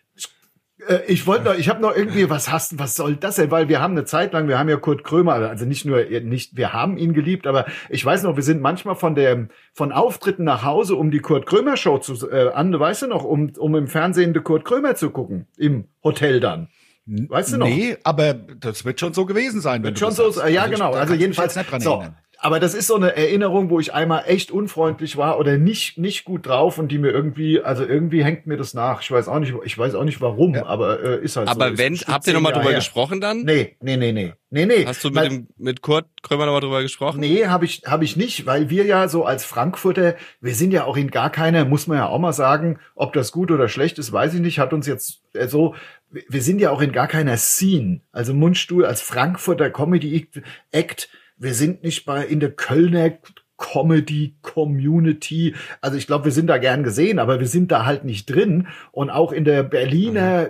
Speaker 1: ich habe noch irgendwie, was soll das denn? Weil wir haben eine Zeit lang, wir haben ja Kurt Krömer, also wir haben ihn geliebt, aber ich weiß noch, wir sind manchmal von Auftritten nach Hause, um die Kurt Krömer Show Anne, weißt du noch, um im Fernsehen die Kurt Krömer zu gucken, im Hotel dann. Weißt du noch?
Speaker 4: Nee, aber das wird schon so gewesen sein, wenn
Speaker 1: wird schon so, ja, genau, also jedenfalls, so. Aber das ist so eine Erinnerung, wo ich einmal echt unfreundlich war oder nicht gut drauf und die mir irgendwie hängt mir das nach. Ich weiß auch nicht warum, aber ist halt
Speaker 3: aber so. Aber habt ihr nochmal drüber gesprochen dann?
Speaker 1: Nee.
Speaker 3: Hast du mit Kurt Krömer nochmal drüber gesprochen?
Speaker 1: Nee, hab ich nicht, weil wir ja so als Frankfurter, wir sind ja auch in gar keiner, muss man ja auch mal sagen, ob das gut oder schlecht ist, weiß ich nicht, hat uns jetzt so, wir sind ja auch in gar keiner Scene. Also Mundstuhl als Frankfurter Comedy Act, wir sind nicht in der Kölner Comedy Community. Also ich glaube, wir sind da gern gesehen, aber wir sind da halt nicht drin. Und auch in der Berliner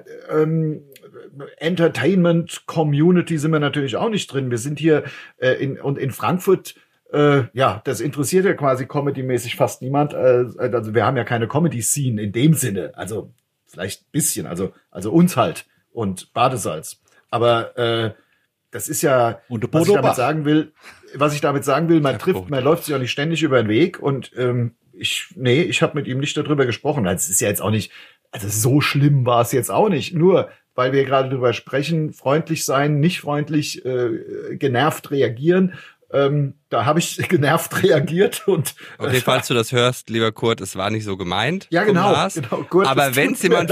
Speaker 1: Entertainment Community sind wir natürlich auch nicht drin. Wir sind hier in Frankfurt. Das interessiert ja quasi comedy-mäßig fast niemand. Also wir haben ja keine Comedy-Scene in dem Sinne. Also vielleicht ein bisschen. Also uns halt. Und Badesalz. Aber das ist ja, was ich damit sagen will, man läuft sich auch nicht ständig über den Weg und ich habe mit ihm nicht darüber gesprochen. Es ist ja jetzt auch nicht, also so schlimm war es jetzt auch nicht. Nur, weil wir gerade darüber sprechen, freundlich sein, nicht freundlich, genervt reagieren. Da habe ich genervt reagiert und
Speaker 3: okay, falls du das hörst, lieber Kurt, es war nicht so gemeint.
Speaker 1: Ja, genau.
Speaker 3: Kurt, aber wenn es jemand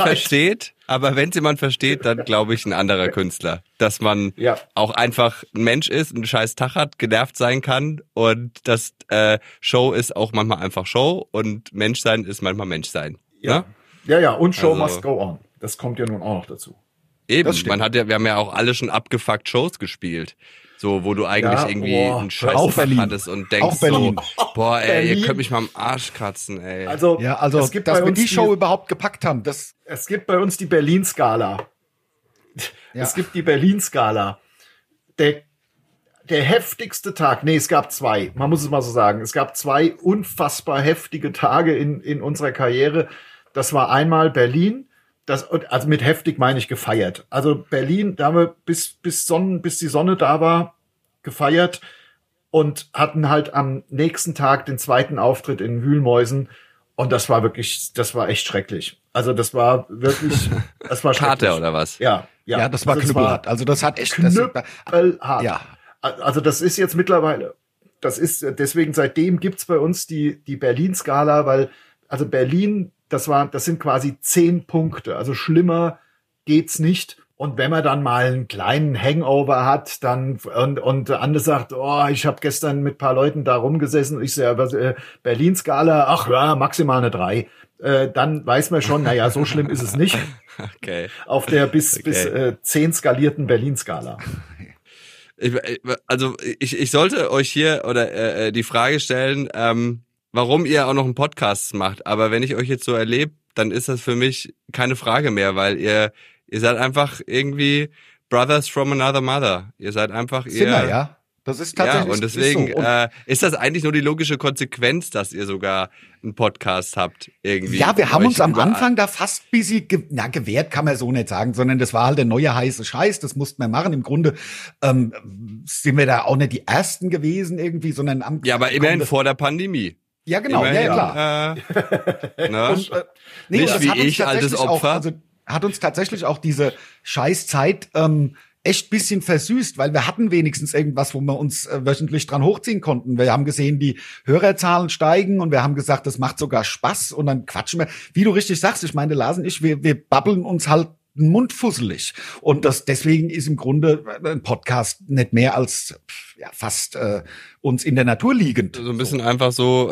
Speaker 3: versteht, dann glaube ich ein anderer Künstler, dass man auch einfach ein Mensch ist, einen scheiß Tag hat, genervt sein kann und das Show ist auch manchmal einfach Show und Menschsein ist manchmal Menschsein.
Speaker 1: Ja. Ja, und Show must go on. Das kommt ja nun auch noch dazu.
Speaker 3: Eben, wir haben ja auch alle schon abgefuckt Shows gespielt. So, wo du eigentlich irgendwie einen scheiß Tag hattest und denkst so, ihr könnt mich mal am Arsch kratzen, ey.
Speaker 1: Also
Speaker 4: es gibt dass wir die Show überhaupt gepackt haben,
Speaker 1: es gibt bei uns die Berlin-Skala. Ja. Es gibt die Berlin-Skala. Der heftigste Tag, es gab zwei, man muss es mal so sagen, es gab zwei unfassbar heftige Tage in unserer Karriere. Das war einmal Berlin, also mit heftig meine ich gefeiert. Also Berlin, da haben wir bis die Sonne da war, gefeiert und hatten halt am nächsten Tag den zweiten Auftritt in Wühlmäusen. Und das war echt schrecklich. Also das war wirklich, das war schrecklich.
Speaker 3: Kater oder was?
Speaker 1: Ja,
Speaker 4: das war knüppelhart. Also das hat echt
Speaker 1: knüppelhart. Ja. Also das ist jetzt mittlerweile, deswegen seitdem gibt's bei uns die Berlin-Skala, weil, also Berlin, das sind quasi 10 Punkte. Also schlimmer geht's nicht. Und wenn man dann mal einen kleinen Hangover hat, dann und der andere sagt, ich habe gestern mit ein paar Leuten da rumgesessen und ich sage, Berlin-Skala, ach ja, maximal eine 3. Dann weiß man schon, naja, so schlimm ist es nicht.
Speaker 3: Okay.
Speaker 1: Auf der bis 10 skalierten Berlin-Skala.
Speaker 3: Ich sollte euch hier oder die Frage stellen, warum ihr auch noch einen Podcast macht. Aber wenn ich euch jetzt so erlebe, dann ist das für mich keine Frage mehr, weil ihr seid einfach irgendwie Brothers from another mother. Ihr seid einfach
Speaker 4: ja. Das ist tatsächlich
Speaker 3: und deswegen
Speaker 4: ist so.
Speaker 3: ist das eigentlich nur die logische Konsequenz, dass ihr sogar einen Podcast habt irgendwie.
Speaker 4: Ja, wir haben uns am Anfang da fast busy gewehrt, kann man so nicht sagen, sondern das war halt der neue heiße Scheiß, das mussten wir machen. Im Grunde sind wir da auch nicht die Ersten gewesen irgendwie, sondern
Speaker 3: aber immerhin vor der Pandemie.
Speaker 4: Ja, genau, immerhin, ja klar.
Speaker 3: Nicht wie ich, altes Opfer.
Speaker 4: Also hat uns tatsächlich auch diese Scheißzeit echt bisschen versüßt, weil wir hatten wenigstens irgendwas, wo wir uns wöchentlich dran hochziehen konnten. Wir haben gesehen, die Hörerzahlen steigen und wir haben gesagt, das macht sogar Spaß und dann quatschen wir. Wie du richtig sagst, ich meine, Lars und ich, wir babbeln uns halt den Mund fusselig. Und deswegen ist im Grunde ein Podcast nicht mehr als fast uns in der Natur liegend.
Speaker 3: So ein bisschen einfach so,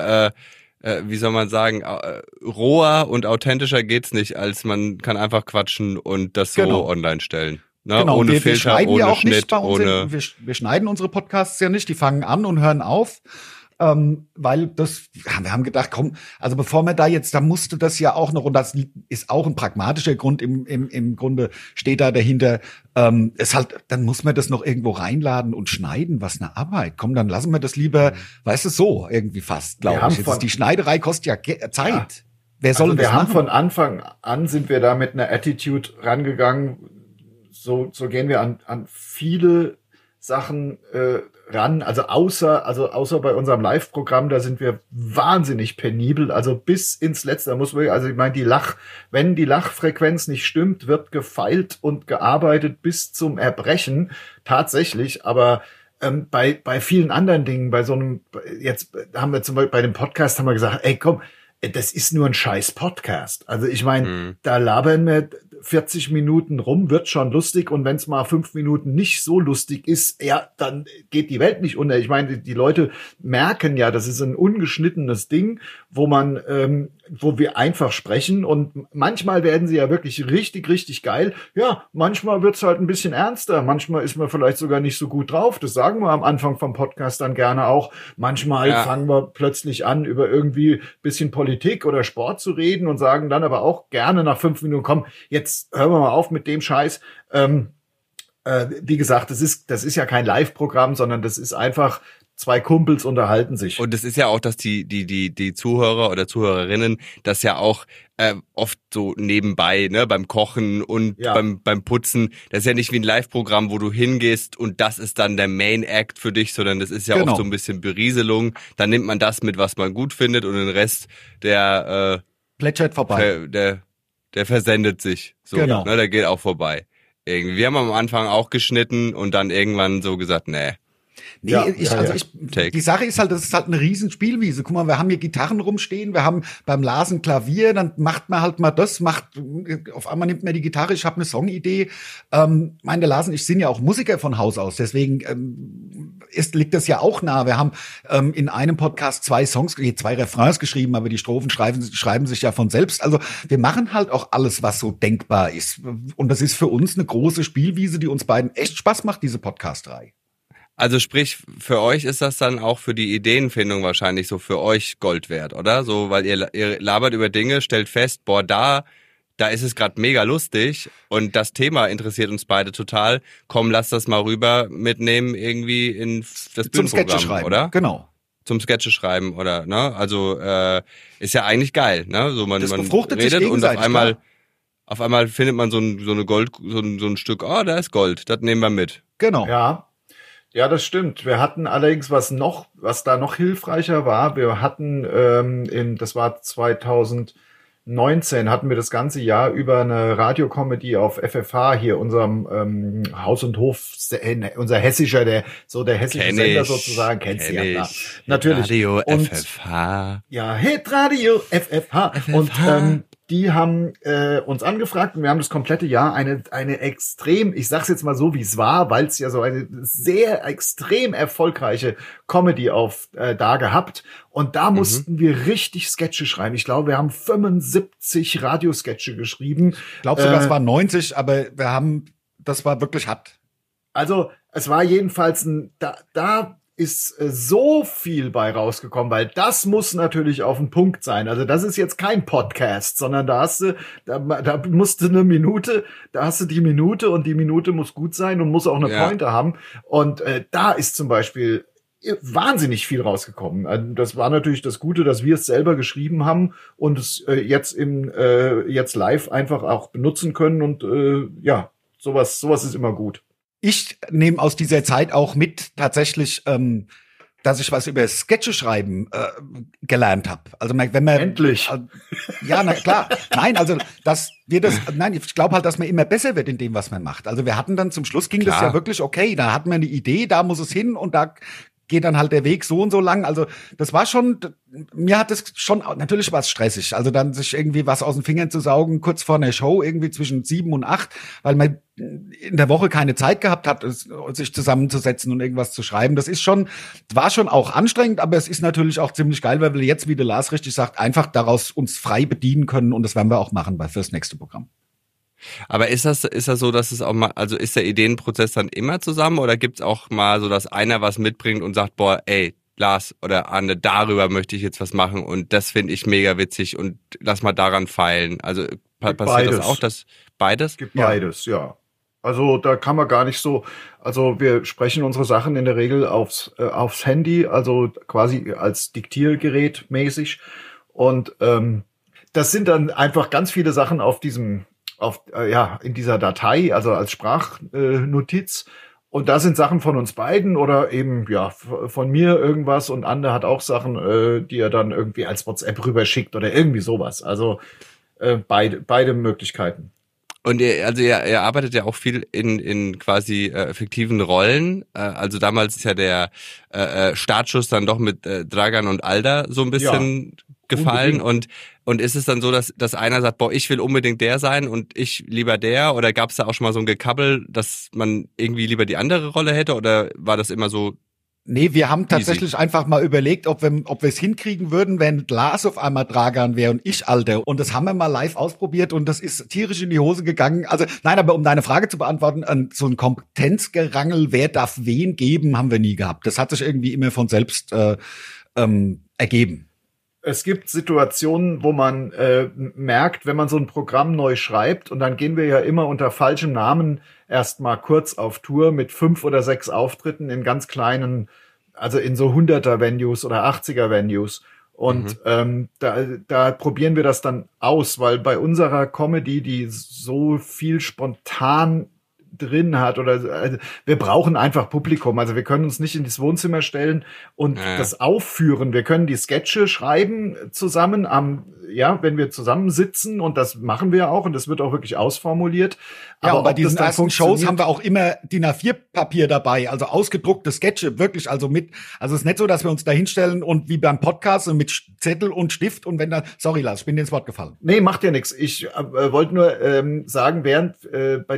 Speaker 3: wie soll man sagen, roher und authentischer geht's nicht, als man kann einfach quatschen und das so online stellen. Ne?
Speaker 4: Genau,
Speaker 3: ohne
Speaker 4: wir
Speaker 3: Filter,
Speaker 4: schneiden
Speaker 3: ohne
Speaker 4: ja auch
Speaker 3: Schnitt,
Speaker 4: nicht bei uns
Speaker 3: ohne.
Speaker 4: Wir schneiden unsere Podcasts ja nicht, die fangen an und hören auf. Weil wir haben gedacht, komm, also bevor wir da musste das ja auch noch, und das ist auch ein pragmatischer Grund, im Grunde steht da dahinter, dann muss man das noch irgendwo reinladen und schneiden, was eine Arbeit. Komm, dann lassen wir das lieber, weißt du, so irgendwie fast, glaube ich. Die Schneiderei kostet ja Zeit. Ja. Wer soll das machen?
Speaker 1: Wir haben von Anfang an, sind wir da mit einer Attitude rangegangen, so gehen wir an viele Sachen ran, also außer bei unserem Live-Programm, da sind wir wahnsinnig penibel, also bis ins Letzte, also ich meine, wenn die Lachfrequenz nicht stimmt, wird gefeilt und gearbeitet bis zum Erbrechen, tatsächlich, aber bei vielen anderen Dingen, jetzt haben wir zum Beispiel bei dem Podcast haben wir gesagt, ey komm, das ist nur ein scheiß Podcast. Also ich meine, da labern wir 40 Minuten rum, wird schon lustig, und wenn es mal 5 Minuten nicht so lustig ist, ja, dann geht die Welt nicht unter. Ich meine, die Leute merken ja, das ist ein ungeschnittenes Ding, wo wir einfach sprechen, und manchmal werden sie ja wirklich richtig, richtig geil. Ja, manchmal wird's halt ein bisschen ernster, manchmal ist man vielleicht sogar nicht so gut drauf, das sagen wir am Anfang vom Podcast dann gerne auch. Manchmal fangen wir plötzlich an, über irgendwie bisschen Politik oder Sport zu reden und sagen dann aber auch gerne nach 5 Minuten, komm, jetzt hören wir mal auf mit dem Scheiß. Wie gesagt, das ist ja kein Live-Programm, sondern das ist einfach, 2 Kumpels unterhalten sich.
Speaker 3: Und es ist ja auch, dass die Zuhörer oder Zuhörerinnen das ja auch oft so nebenbei, ne, beim Kochen und beim Putzen. Das ist ja nicht wie ein Live-Programm, wo du hingehst und das ist dann der Main Act für dich, sondern das ist ja oft so ein bisschen Berieselung. Dann nimmt man das mit, was man gut findet, und den Rest, der
Speaker 4: plätschert vorbei.
Speaker 3: Der versendet sich. So, ne, der geht auch vorbei. Irgendwie. Wir haben am Anfang auch geschnitten und dann irgendwann so gesagt, nee.
Speaker 4: Nee, die Sache ist halt, das ist halt eine riesen Spielwiese. Guck mal, wir haben hier Gitarren rumstehen, wir haben beim Lars ein Klavier, dann macht man halt mal auf einmal nimmt man die Gitarre, ich habe eine Songidee. Der Lars und ich sind ja auch Musiker von Haus aus, deswegen liegt das ja auch nah. Wir haben in einem Podcast 2 Refrains geschrieben, aber die Strophen schreiben sich ja von selbst. Also wir machen halt auch alles, was so denkbar ist. Und das ist für uns eine große Spielwiese, die uns beiden echt Spaß macht, diese Podcast-Reihe.
Speaker 3: Also sprich, für euch ist das dann auch für die Ideenfindung wahrscheinlich so für euch Gold wert, oder? So, weil ihr labert über Dinge, stellt fest, boah, da ist es gerade mega lustig und das Thema interessiert uns beide total. Komm, lass das mal rüber mitnehmen irgendwie in das Bühnenprogramm, oder?
Speaker 4: Genau.
Speaker 3: Zum Sketche schreiben, oder, ne? Also, ist ja eigentlich geil, ne? So, man
Speaker 4: redet
Speaker 3: und auf einmal findet man so ein Stück, da ist Gold, das nehmen wir mit.
Speaker 4: Genau.
Speaker 1: Ja, das stimmt. Wir hatten allerdings, was da noch hilfreicher war, wir hatten, das war 2019, hatten wir das ganze Jahr über eine Radiokomödie auf FFH hier, unserem Haus und Hof, unser hessischer, der hessische Sender sozusagen, kennst du ja, klar. Natürlich.
Speaker 3: Radio FFH.
Speaker 1: Ja, Hitradio FFH. Und die haben uns angefragt, und wir haben das komplette Jahr eine extrem, ich sag's jetzt mal so, wie es war, weil es ja so eine sehr extrem erfolgreiche Comedy da gehabt. Und da mussten wir richtig Sketche schreiben. Ich glaube, wir haben 75 Radiosketche geschrieben.
Speaker 4: Ich glaube sogar, es waren 90, aber das war wirklich hart.
Speaker 1: Also es war jedenfalls da ist so viel bei rausgekommen, weil das muss natürlich auf den Punkt sein. Also das ist jetzt kein Podcast, sondern da musst du eine Minute, da hast du die Minute und die Minute muss gut sein und muss auch eine Pointe haben. Und da ist zum Beispiel wahnsinnig viel rausgekommen. Also das war natürlich das Gute, dass wir es selber geschrieben haben und es jetzt live einfach auch benutzen können und sowas ist immer gut.
Speaker 4: Ich nehme aus dieser Zeit auch mit tatsächlich, dass ich was über Sketche schreiben gelernt habe. Also wenn man
Speaker 1: endlich.
Speaker 4: Ja, na klar. Nein, also ich glaube halt, dass man immer besser wird in dem, was man macht. Also wir hatten dann zum Schluss ging das ja wirklich okay. Da hatten wir eine Idee, da muss es hin und da geht dann halt der Weg so und so lang. Also das war schon, mir hat es schon, natürlich war es stressig. Also dann sich irgendwie was aus den Fingern zu saugen, kurz vor einer Show, irgendwie zwischen 7 und 8, weil man in der Woche keine Zeit gehabt hat, sich zusammenzusetzen und irgendwas zu schreiben. War schon auch anstrengend, aber es ist natürlich auch ziemlich geil, weil wir jetzt, wie der Lars richtig sagt, einfach daraus uns frei bedienen können und das werden wir auch machen fürs nächste Programm.
Speaker 3: Aber ist das so, dass es auch mal, also ist der Ideenprozess dann immer zusammen oder gibt's auch mal so, dass einer was mitbringt und sagt, boah, ey, Lars oder Anne, darüber möchte ich jetzt was machen und das finde ich mega witzig und lass mal daran feilen. Also passiert das auch, dass beides?
Speaker 1: Gibt beides, ja. Also da kann man gar nicht so, also wir sprechen unsere Sachen in der Regel aufs Handy, also quasi als Diktiergerät mäßig und das sind dann einfach ganz viele Sachen in dieser Datei, also als Sprachnotiz. Und da sind Sachen von uns beiden oder eben, von mir irgendwas und Anne hat auch Sachen, die er dann irgendwie als WhatsApp rüberschickt oder irgendwie sowas. Also, beide Möglichkeiten.
Speaker 3: Und ihr arbeitet ja auch viel in quasi fiktiven Rollen. Also damals ist ja der Startschuss dann doch mit Dragan und Alda so ein bisschen gefallen. Und ist es dann so, dass einer sagt, boah, ich will unbedingt der sein und ich lieber der? Oder gab es da auch schon mal so ein Gekabbel, dass man irgendwie lieber die andere Rolle hätte? Oder war das immer so?
Speaker 4: Nee, wir haben tatsächlich einfach mal überlegt, ob wir es hinkriegen würden, wenn Lars auf einmal Dragan wäre und ich Alter. Und das haben wir mal live ausprobiert und das ist tierisch in die Hose gegangen. Also nein, aber um deine Frage zu beantworten, so ein Kompetenzgerangel, wer darf wen geben, haben wir nie gehabt. Das hat sich irgendwie immer von selbst ergeben.
Speaker 1: Es gibt Situationen, wo man merkt, wenn man so ein Programm neu schreibt, und dann gehen wir ja immer unter falschem Namen erstmal kurz auf Tour mit 5 oder 6 Auftritten in ganz kleinen, also in so 100er-Venues oder 80er-Venues. Und da probieren wir das dann aus, weil bei unserer Comedy, die so viel spontan drin hat oder wir brauchen einfach Publikum. Also wir können uns nicht in das Wohnzimmer stellen und das aufführen. Wir können die Sketche schreiben zusammen wenn wir zusammensitzen und das machen wir auch und das wird auch wirklich ausformuliert.
Speaker 4: Ja, aber bei diesen ersten Shows haben wir auch immer DIN A4-Papier dabei, also ausgedruckte Sketche, wirklich, also es ist nicht so, dass wir uns da hinstellen und wie beim Podcast mit Zettel und Stift und sorry Lars, ich bin dir ins Wort gefallen.
Speaker 1: Nee, macht ja nichts. Ich wollte nur sagen, während bei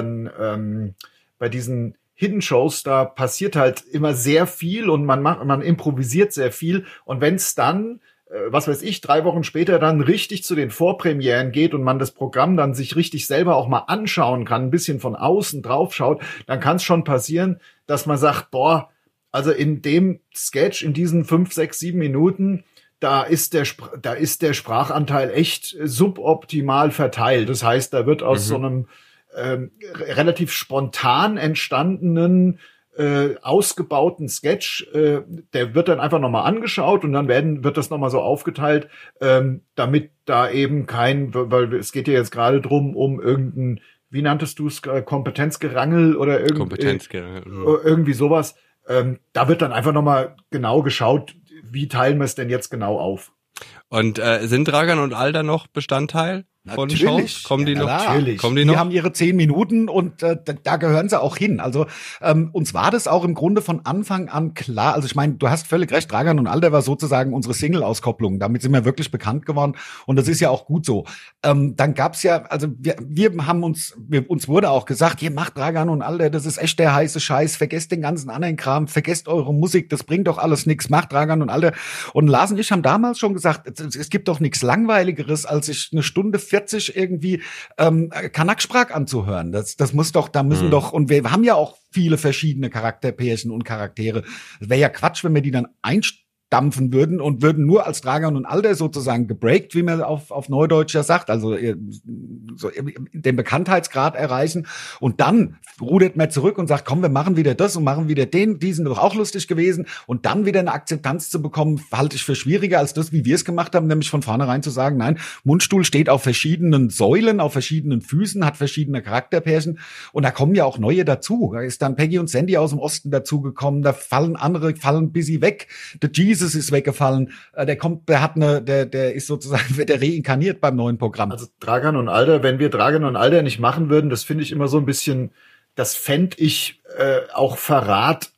Speaker 1: diesen Hidden Shows, da passiert halt immer sehr viel und man improvisiert sehr viel und wenn es dann 3 Wochen später dann richtig zu den Vorpremieren geht und man das Programm dann sich richtig selber auch mal anschauen kann, ein bisschen von außen drauf schaut, dann kann es schon passieren, dass man sagt, boah, also in dem Sketch, in diesen 5, 6, 7 Minuten, da ist der Sprachanteil echt suboptimal verteilt. Das heißt, da wird aus so einem relativ spontan entstandenen ausgebauten Sketch, der wird dann einfach nochmal angeschaut und dann wird das nochmal so aufgeteilt, damit da eben weil es geht ja jetzt gerade drum, um irgendein, wie nanntest du es, Kompetenzgerangel oder irgendwie sowas. Da wird dann einfach nochmal genau geschaut, wie teilen wir es denn jetzt genau auf.
Speaker 3: Und sind Dragan und Alda noch Bestandteil von Shows? Kommen die noch?
Speaker 4: Natürlich. Die haben ihre 10 Minuten und da gehören sie auch hin. Also uns war das auch im Grunde von Anfang an klar. Also ich meine, du hast völlig recht, Dragan und Alda war sozusagen unsere Single-Auskopplung. Damit sind wir wirklich bekannt geworden und das ist ja auch gut so. Dann gab's ja, also wir haben uns wurde auch gesagt, ihr macht Dragan und Alda, das ist echt der heiße Scheiß, vergesst den ganzen anderen Kram, vergesst eure Musik, das bringt doch alles nichts, macht Dragan und Alda. Und Lars und ich haben damals schon gesagt, es gibt doch nichts Langweiligeres, als sich eine Stunde 40 40 irgendwie Kanak-Sprach anzuhören. Das muss doch, da müssen doch, und wir haben ja auch viele verschiedene Charakterpärchen und Charaktere. Es wäre ja Quatsch, wenn wir die dann einstampfen würden und würden nur als Dragan und Alder sozusagen gebreakt, wie man auf Neudeutsch ja sagt, also so den Bekanntheitsgrad erreichen und dann rudert man zurück und sagt, komm, wir machen wieder das und machen wieder die sind doch auch lustig gewesen und dann wieder eine Akzeptanz zu bekommen, halte ich für schwieriger als das, wie wir es gemacht haben, nämlich von vornherein zu sagen, nein, Mundstuhl steht auf verschiedenen Säulen, auf verschiedenen Füßen, hat verschiedene Charakterpärchen und da kommen ja auch neue dazu. Da ist dann Peggy und Sandy aus dem Osten dazugekommen, da fallen andere, ein bisschen weg. The Jesus ist weggefallen, der ist sozusagen, wird der reinkarniert beim neuen Programm.
Speaker 1: Also Dragan und Alder, wenn wir Dragan und Alder nicht machen würden, das finde ich immer so ein bisschen, das fände ich auch Verrat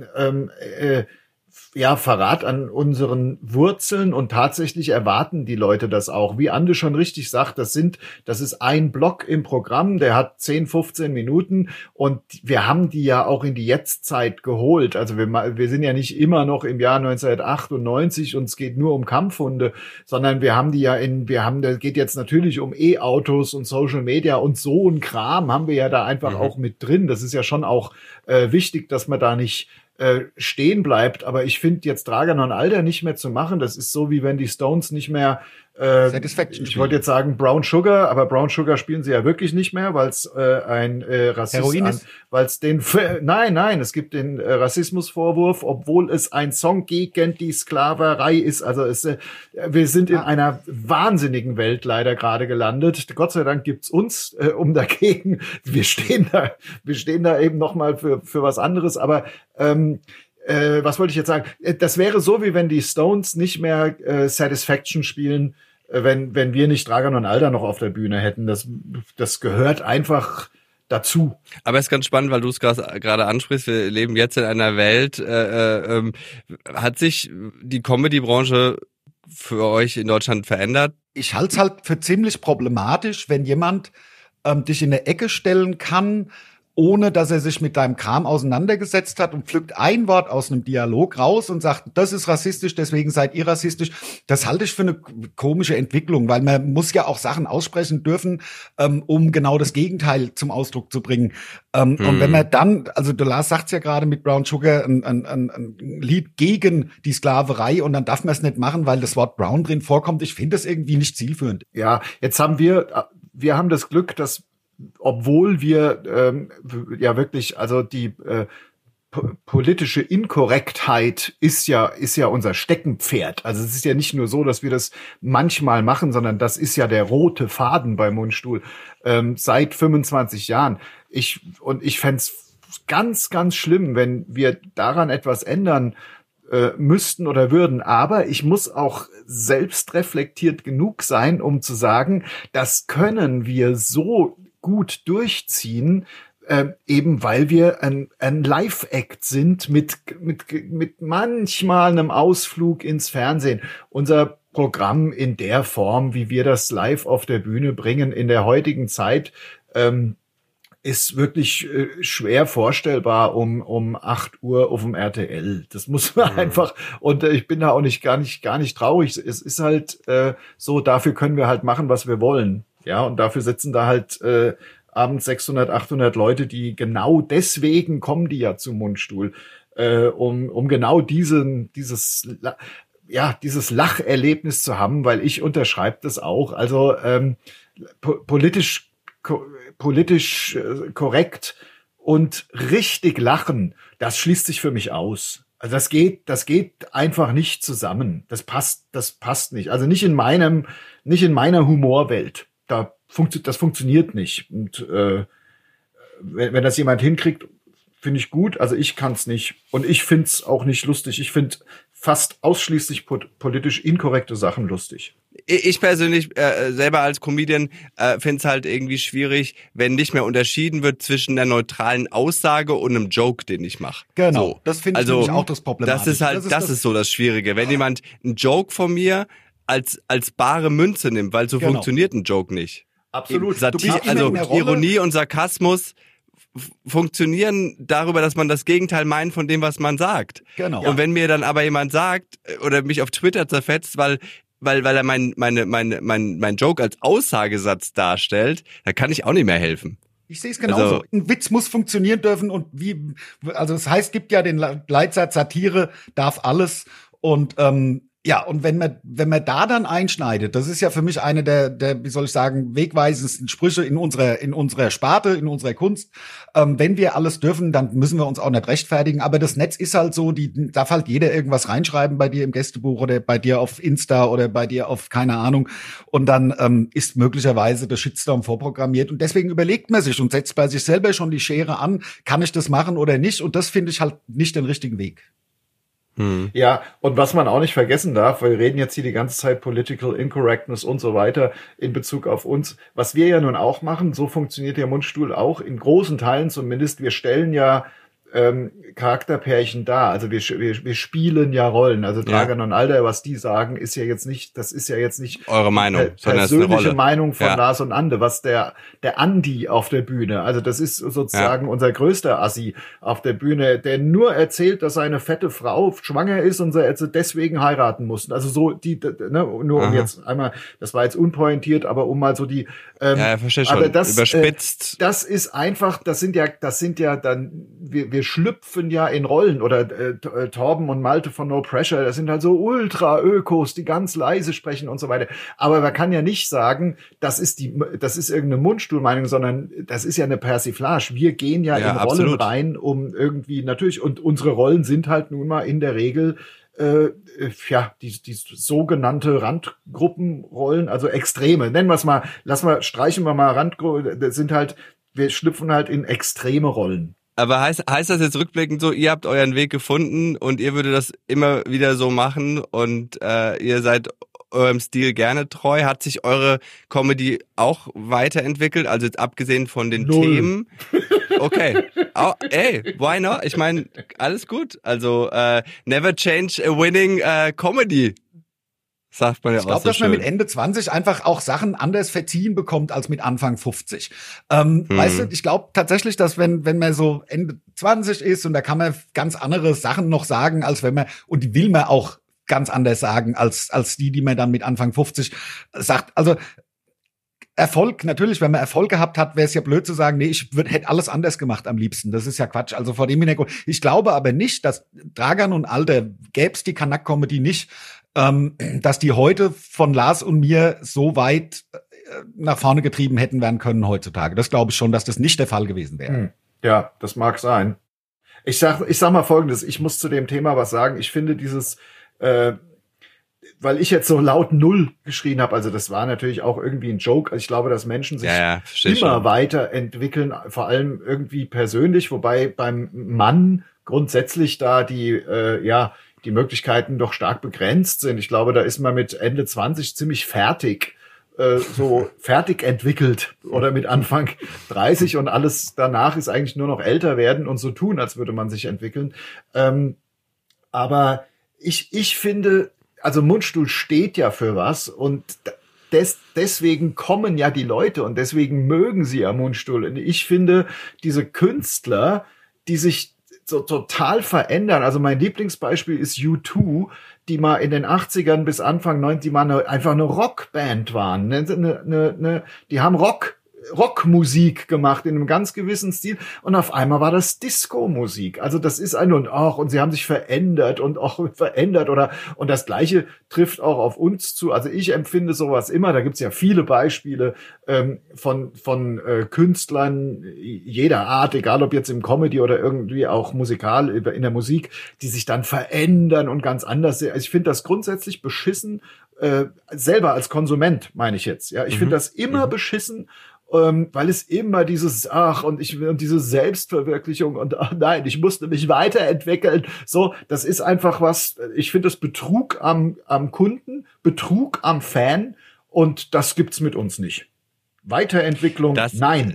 Speaker 1: Verrat an unseren Wurzeln und tatsächlich erwarten die Leute das auch. Wie Ande schon richtig sagt, das ist ein Block im Programm, der hat 10, 15 Minuten und wir haben die ja auch in die Jetztzeit geholt. Also wir sind ja nicht immer noch im Jahr 1998 und es geht nur um Kampfhunde, sondern wir haben die ja da geht jetzt natürlich um E-Autos und Social Media und so ein Kram haben wir ja da einfach auch mit drin. Das ist ja schon auch wichtig, dass man da nicht stehen bleibt, aber ich finde jetzt Dragan und Alder nicht mehr zu machen, das ist so wie wenn die Stones nicht mehr
Speaker 4: Satisfaction
Speaker 1: ich wollte jetzt sagen Brown Sugar, aber Brown Sugar spielen sie ja wirklich nicht mehr, weil es ein Rassismus, weil es nein, es gibt den Rassismusvorwurf, obwohl es ein Song gegen die Sklaverei ist. Also wir sind in einer wahnsinnigen Welt leider gerade gelandet. Gott sei Dank gibt's uns um dagegen. Wir stehen da eben noch mal für was anderes, aber was wollte ich jetzt sagen? Das wäre so, wie wenn die Stones nicht mehr Satisfaction spielen, wenn wir nicht Dragan und Alder noch auf der Bühne hätten. Das gehört einfach dazu.
Speaker 3: Aber es ist ganz spannend, weil du es gerade ansprichst. Wir leben jetzt in einer Welt. Hat sich die Comedy-Branche für euch in Deutschland verändert?
Speaker 4: Ich halte es halt für ziemlich problematisch, wenn jemand dich in eine Ecke stellen kann, ohne dass er sich mit deinem Kram auseinandergesetzt hat und pflückt ein Wort aus einem Dialog raus und sagt, das ist rassistisch, deswegen seid ihr rassistisch. Das halte ich für eine komische Entwicklung, weil man muss ja auch Sachen aussprechen dürfen, um genau das Gegenteil zum Ausdruck zu bringen. Und wenn man dann, also de Lars sagt's ja gerade mit Brown Sugar, ein Lied gegen die Sklaverei und dann darf man es nicht machen, weil das Wort Brown drin vorkommt. Ich finde das irgendwie nicht zielführend.
Speaker 1: Ja, jetzt haben wir haben das Glück, dass obwohl wir ja wirklich, also die politische Inkorrektheit ist ja unser Steckenpferd. Also es ist ja nicht nur so, dass wir das manchmal machen, sondern das ist ja der rote Faden bei Mundstuhl seit 25 Jahren. Ich fänd's ganz, ganz schlimm, wenn wir daran etwas ändern müssten oder würden. Aber ich muss auch selbst reflektiert genug sein, um zu sagen, das können wir so gut durchziehen, eben weil wir ein Live-Act sind mit manchmal einem Ausflug ins Fernsehen. Unser Programm in der Form, wie wir das live auf der Bühne bringen, in der heutigen Zeit, ist wirklich schwer vorstellbar um 8 Uhr auf dem RTL. Das muss man einfach, und ich bin da auch gar nicht traurig. Es ist halt so, dafür können wir halt machen, was wir wollen. Ja, und dafür sitzen da halt abends 600, 800 Leute, die genau deswegen kommen die ja zum Mundstuhl, um genau dieses Lacherlebnis zu haben, weil ich unterschreibe das auch. Also politisch korrekt und richtig lachen, das schließt sich für mich aus. Also das geht einfach nicht zusammen. Das passt nicht. Also nicht in meiner Humorwelt. Das funktioniert nicht. Und wenn das jemand hinkriegt, finde ich gut. Also ich kann es nicht. Und ich finde es auch nicht lustig. Ich finde fast ausschließlich politisch inkorrekte Sachen lustig.
Speaker 3: Ich persönlich selber als Comedian finde es halt irgendwie schwierig, wenn nicht mehr unterschieden wird zwischen einer neutralen Aussage und einem Joke, den ich mache.
Speaker 4: Genau,
Speaker 3: so.
Speaker 4: Das finde ich nämlich auch das Problematische.
Speaker 3: Das ist so das Schwierige. Wenn jemand einen Joke von mir als bare Münze nimmt, weil so funktioniert ein Joke nicht.
Speaker 1: Absolut.
Speaker 3: Ironie und Sarkasmus funktionieren darüber, dass man das Gegenteil meint von dem, was man sagt.
Speaker 4: Genau.
Speaker 3: Und wenn mir dann aber jemand sagt oder mich auf Twitter zerfetzt, weil weil er mein Joke als Aussagesatz darstellt, da kann ich auch nicht mehr helfen.
Speaker 4: Ich sehe es genauso. Also, ein Witz muss funktionieren dürfen also das heißt, gibt ja den Leitsatz, Satire darf alles und ja, und wenn man da dann einschneidet, das ist ja für mich eine der, wie soll ich sagen, wegweisendsten Sprüche in unserer Sparte, in unserer Kunst. Wenn wir alles dürfen, dann müssen wir uns auch nicht rechtfertigen. Aber das Netz ist halt so, darf halt jeder irgendwas reinschreiben bei dir im Gästebuch oder bei dir auf Insta oder bei dir auf keine Ahnung. Und dann ist möglicherweise der Shitstorm vorprogrammiert. Und deswegen überlegt man sich und setzt bei sich selber schon die Schere an, kann ich das machen oder nicht? Und das finde ich halt nicht den richtigen Weg.
Speaker 1: Ja, und was man auch nicht vergessen darf, weil wir reden jetzt hier die ganze Zeit Political Incorrectness und so weiter in Bezug auf uns. Was wir ja nun auch machen, so funktioniert der Mundstuhl auch, in großen Teilen zumindest, wir stellen ja Charakterpärchen dar. Also wir spielen ja Rollen. Also Dragan und Alder, was die sagen, das ist ja jetzt nicht
Speaker 3: eure Meinung,
Speaker 1: sondern persönliche Meinung von Lars und Ande, was der Andi auf der Bühne, also das ist sozusagen unser größter Assi auf der Bühne, der nur erzählt, dass seine fette Frau schwanger ist und sie deswegen heiraten mussten. Also so nur um jetzt einmal, das war jetzt unpointiert, aber um mal so die
Speaker 3: verstehe schon.
Speaker 1: Aber das
Speaker 3: überspitzt.
Speaker 1: Das ist einfach, das sind ja dann wir schlüpfen ja in Rollen oder Torben und Malte von No Pressure, das sind halt so Ultra-Ökos, die ganz leise sprechen und so weiter. Aber man kann ja nicht sagen, das ist irgendeine Mundstuhlmeinung, sondern das ist ja eine Persiflage. Wir gehen ja in Rollen
Speaker 3: absolut
Speaker 1: rein, um irgendwie natürlich, und unsere Rollen sind halt nun mal in der Regel die sogenannte Randgruppenrollen, also Extreme. Nennen wir es mal, streichen wir mal Randgruppen, das sind halt, wir schlüpfen halt in extreme Rollen.
Speaker 3: Aber heißt das jetzt rückblickend so, ihr habt euren Weg gefunden und ihr würdet das immer wieder so machen und ihr seid eurem Stil gerne treu? Hat sich eure Comedy auch weiterentwickelt? Also jetzt abgesehen von den Themen? Okay. Why not? Ich meine, alles gut. Also never change a winning comedy. Sagt man ja auch so schön. Ich glaube,
Speaker 4: dass man mit Ende 20 einfach auch Sachen anders verziehen bekommt als mit Anfang 50. Weißt du, ich glaube tatsächlich, dass wenn man so Ende 20 ist und da kann man ganz andere Sachen noch sagen, als wenn man, und die will man auch ganz anders sagen, als die man dann mit Anfang 50 sagt. Also Erfolg, natürlich, wenn man Erfolg gehabt hat, wäre es ja blöd zu sagen, nee, hätte alles anders gemacht am liebsten. Das ist ja Quatsch. Also vor dem Hintergrund. Ich glaube aber nicht, dass Dragan und Alder, gäb's die Kanak-Comedy nicht, dass die heute von Lars und mir so weit nach vorne getrieben hätten werden können heutzutage. Das glaube ich schon, dass das nicht der Fall gewesen wäre.
Speaker 1: Ja, das mag sein. Ich sag mal Folgendes, ich muss zu dem Thema was sagen. Ich finde dieses, weil ich jetzt so laut Null geschrien habe, also das war natürlich auch irgendwie ein Joke. Also ich glaube, dass Menschen sich immer weiterentwickeln, vor allem irgendwie persönlich, wobei beim Mann grundsätzlich da die Möglichkeiten doch stark begrenzt sind. Ich glaube, da ist man mit Ende 20 ziemlich fertig entwickelt oder mit Anfang 30 und alles danach ist eigentlich nur noch älter werden und so tun, als würde man sich entwickeln. Aber ich finde, also Mundstuhl steht ja für was und deswegen kommen ja die Leute und deswegen mögen sie ja Mundstuhl. Und ich finde, diese Künstler, die sich so total verändern. Also mein Lieblingsbeispiel ist U2, die mal in den 80ern bis Anfang 90, die mal einfach eine Rockband waren. Die haben Rockmusik gemacht in einem ganz gewissen Stil und auf einmal war das Disco-Musik. Also das ist und sie haben sich verändert und das Gleiche trifft auch auf uns zu. Also ich empfinde sowas immer, da gibt's ja viele Beispiele von Künstlern jeder Art, egal ob jetzt im Comedy oder irgendwie auch musikal in der Musik, die sich dann verändern und ganz anders. Also ich finde das grundsätzlich beschissen, selber als Konsument meine ich jetzt. Ja, ich finde das immer beschissen, weil es immer dieses und diese Selbstverwirklichung und nein, ich musste mich weiterentwickeln. So, das ist einfach was. Ich finde das Betrug am Kunden, Betrug am Fan und das gibt's mit uns nicht. Weiterentwicklung, nein.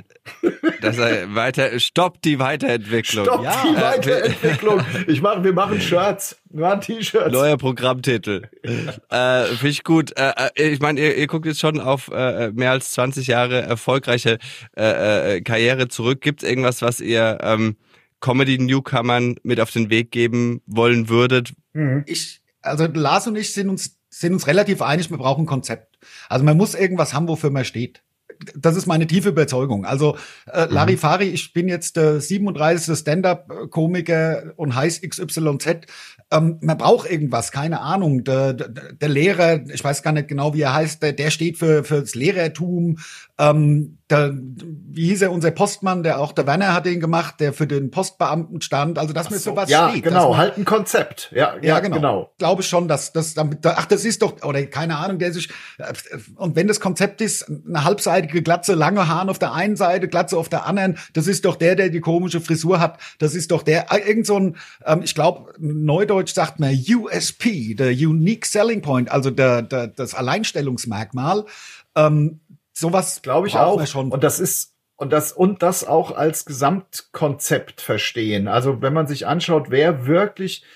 Speaker 3: Stoppt die Weiterentwicklung.
Speaker 1: Stoppt die Weiterentwicklung. Wir machen Shirts, wir machen T-Shirts.
Speaker 3: Neuer Programmtitel. Finde ich gut. Ich meine, ihr guckt jetzt schon auf mehr als 20 Jahre erfolgreiche Karriere zurück. Gibt's irgendwas, was ihr Comedy-Newcomern mit auf den Weg geben wollen würdet?
Speaker 4: Also Lars und ich sind uns sind uns relativ einig, wir brauchen ein Konzept. Also man muss irgendwas haben, wofür man steht. Das ist meine tiefe Überzeugung. Also Larifari, ich bin jetzt der 37. Stand-up-Komiker und heiß XYZ. Man braucht irgendwas, keine Ahnung. Der Lehrer, ich weiß gar nicht genau, wie er heißt, der steht fürs Lehrertum. Wie hieß er, unser Postmann, der Werner hat den gemacht, der für den Postbeamten stand. Also dass mir sowas
Speaker 1: ja,
Speaker 4: steht.
Speaker 1: Genau, halt ein Konzept. Ja, genau.
Speaker 4: Glaube ich schon, dass das damit, das ist doch, oder keine Ahnung, der sich, und wenn das Konzept ist, eine halbseitige Glatze, lange Haare auf der einen Seite, Glatze auf der anderen, das ist doch der die komische Frisur hat, das ist doch der, irgend so ein, ich glaube, Neudeutsch sagt man USP, der Unique Selling Point, also das Alleinstellungsmerkmal, sowas
Speaker 1: glaube ich auch. Schon. Und das auch als Gesamtkonzept verstehen. Also wenn man sich anschaut, wer wirklich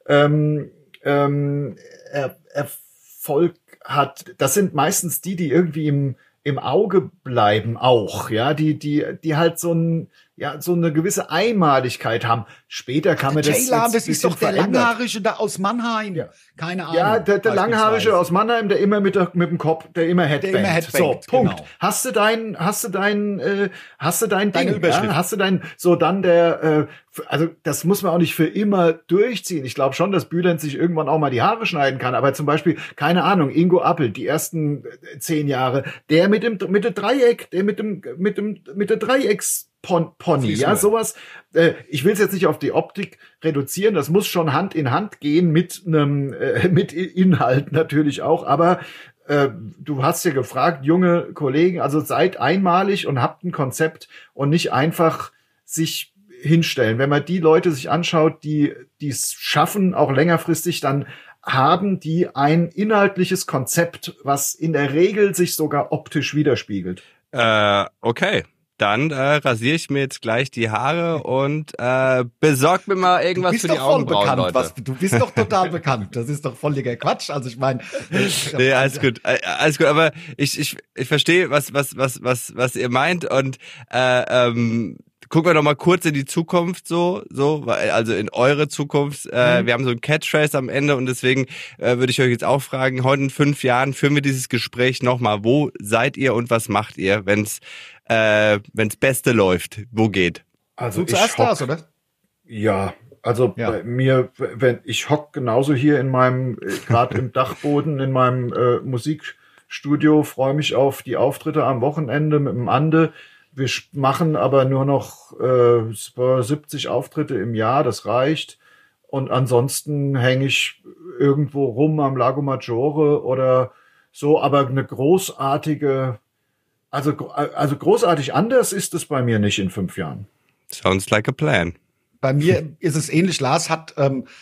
Speaker 1: Erfolg hat, das sind meistens die irgendwie im Auge bleiben auch, ja, die halt so eine gewisse Einmaligkeit haben. Später kann man
Speaker 4: das ist doch der Langhaarige da aus Mannheim. Ja. Keine Ahnung.
Speaker 1: Ja, der Langhaarige aus Mannheim, der immer mit dem Kopf, der immer Headbangt. So, Punkt. Genau. Hast du dein Ding,
Speaker 4: Überschrift.
Speaker 1: Hast du dann also das muss man auch nicht für immer durchziehen. Ich glaube schon, dass Bülent sich irgendwann auch mal die Haare schneiden kann, aber zum Beispiel, keine Ahnung, Ingo Appelt, die ersten 10 Jahre, der mit dem Dreieck, der mit der Dreiecks Pony, ja, sowas. Ich will es jetzt nicht auf die Optik reduzieren, das muss schon Hand in Hand gehen mit mit Inhalt natürlich auch, aber du hast ja gefragt, junge Kollegen, also seid einmalig und habt ein Konzept und nicht einfach sich hinstellen. Wenn man die Leute sich anschaut, die es schaffen, auch längerfristig, dann haben die ein inhaltliches Konzept, was in der Regel sich sogar optisch widerspiegelt.
Speaker 3: Okay. Dann rasiere ich mir jetzt gleich die Haare und besorg mir mal irgendwas für die Augenbrauen, Leute.
Speaker 4: Du bist doch total bekannt. Das ist doch völliger Quatsch. Also ich meine,
Speaker 3: nee, alles gut. Aber ich verstehe, was ihr meint und gucken wir doch mal kurz in die Zukunft also in eure Zukunft. Wir haben so ein Catchphrase am Ende und deswegen würde ich euch jetzt auch fragen, heute in 5 Jahren führen wir dieses Gespräch nochmal. Wo seid ihr und was macht ihr, wenn's Beste läuft? Wo geht?
Speaker 1: Also ich hock, oder? Ja, also bei mir, ich hock genauso hier in meinem, gerade im Dachboden, in meinem Musikstudio, freue mich auf die Auftritte am Wochenende mit dem Ande. Wir machen aber nur noch 70 Auftritte im Jahr, das reicht. Und ansonsten hänge ich irgendwo rum am Lago Maggiore oder so, aber eine großartige, also großartig anders ist es bei mir nicht in 5 Jahren.
Speaker 3: Sounds like a plan.
Speaker 4: Bei mir ist es ähnlich. Lars hat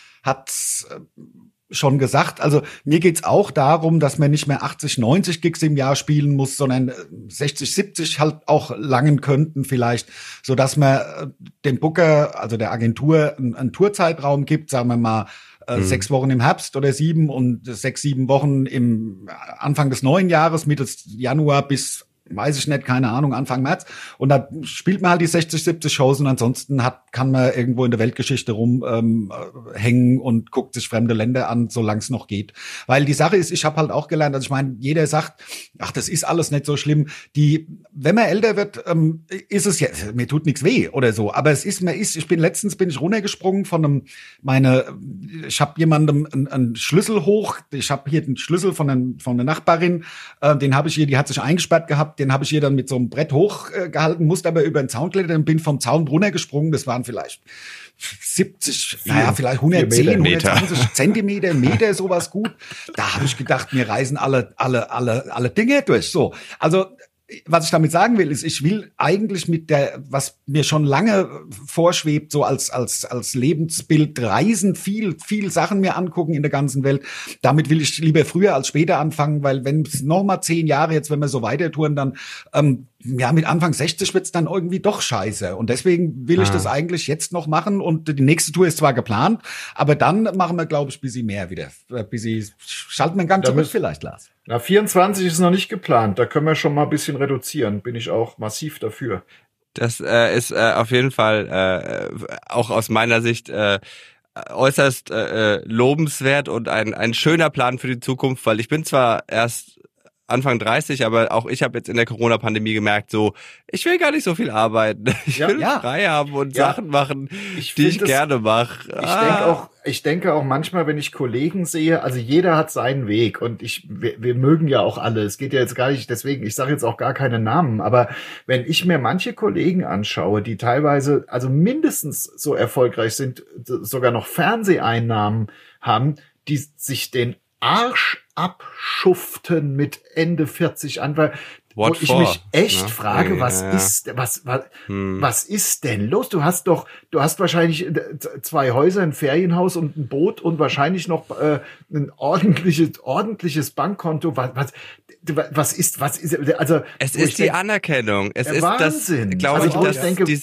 Speaker 4: schon gesagt, also mir geht's auch darum, dass man nicht mehr 80, 90 Gigs im Jahr spielen muss, sondern 60, 70 halt auch langen könnten vielleicht, so dass man dem Booker, also der Agentur, einen Tourzeitraum gibt, sagen wir mal 6 Wochen im Herbst oder 7 und 6, 7 Wochen im Anfang des neuen Jahres, Mitte Januar bis weiß ich nicht, keine Ahnung, Anfang März. Und da spielt man halt die 60, 70 Shows und ansonsten kann man irgendwo in der Weltgeschichte rumhängen und guckt sich fremde Länder an, solange es noch geht. Weil die Sache ist, ich habe halt auch gelernt, also ich meine, jeder sagt, ach, das ist alles nicht so schlimm. Wenn man älter wird, ist es ja, mir tut nichts weh oder so. Aber letztens bin ich runtergesprungen ich habe jemandem einen Schlüssel hoch, ich habe hier den Schlüssel von der Nachbarin, den habe ich hier, die hat sich eingesperrt gehabt, den habe ich hier dann mit so einem Brett hochgehalten, musste aber über den Zaun klettern und bin vom Zaun runtergesprungen. Das waren vielleicht 70, vielleicht 110, 120 Zentimeter, Meter, sowas gut. Da habe ich gedacht, mir reisen alle Dinge durch. So, also was ich damit sagen will, ist, ich will eigentlich was mir schon lange vorschwebt, so als Lebensbild, reisen, viel Sachen mir angucken in der ganzen Welt. Damit will ich lieber früher als später anfangen, weil wenn es nochmal 10 Jahre jetzt, wenn wir so weiter touren, dann mit Anfang 60 wird's dann irgendwie doch scheiße. Und deswegen will ich das eigentlich jetzt noch machen. Und die nächste Tour ist zwar geplant, aber dann machen wir, glaube ich, ein bisschen mehr wieder. Schalten wir einen Gang zurück vielleicht, Lars.
Speaker 1: 24 ist noch nicht geplant. Da können wir schon mal ein bisschen reduzieren. Bin ich auch massiv dafür.
Speaker 3: Das ist auf jeden Fall auch aus meiner Sicht äußerst lobenswert und ein schöner Plan für die Zukunft, weil ich bin zwar erst Anfang 30, aber auch ich habe jetzt in der Corona-Pandemie gemerkt, so, ich will gar nicht so viel arbeiten. Ich will frei haben und Sachen machen, die ich gerne mache.
Speaker 1: Ich denke auch manchmal, wenn ich Kollegen sehe, also jeder hat seinen Weg und wir mögen ja auch alle. Es geht ja jetzt gar nicht, deswegen, ich sage jetzt auch gar keine Namen, aber wenn ich mir manche Kollegen anschaue, die teilweise, also mindestens so erfolgreich sind, sogar noch Fernseheinnahmen haben, die sich den Arsch abschuften mit Ende 40 an, weil wo ich mich echt frage, was ist denn los? Du hast wahrscheinlich 2 Häuser, ein Ferienhaus und ein Boot und wahrscheinlich noch ein ordentliches Bankkonto. Was ist, also.
Speaker 3: Es ist die Anerkennung. Es ist
Speaker 1: Wahnsinn.
Speaker 3: Das, glaube ich,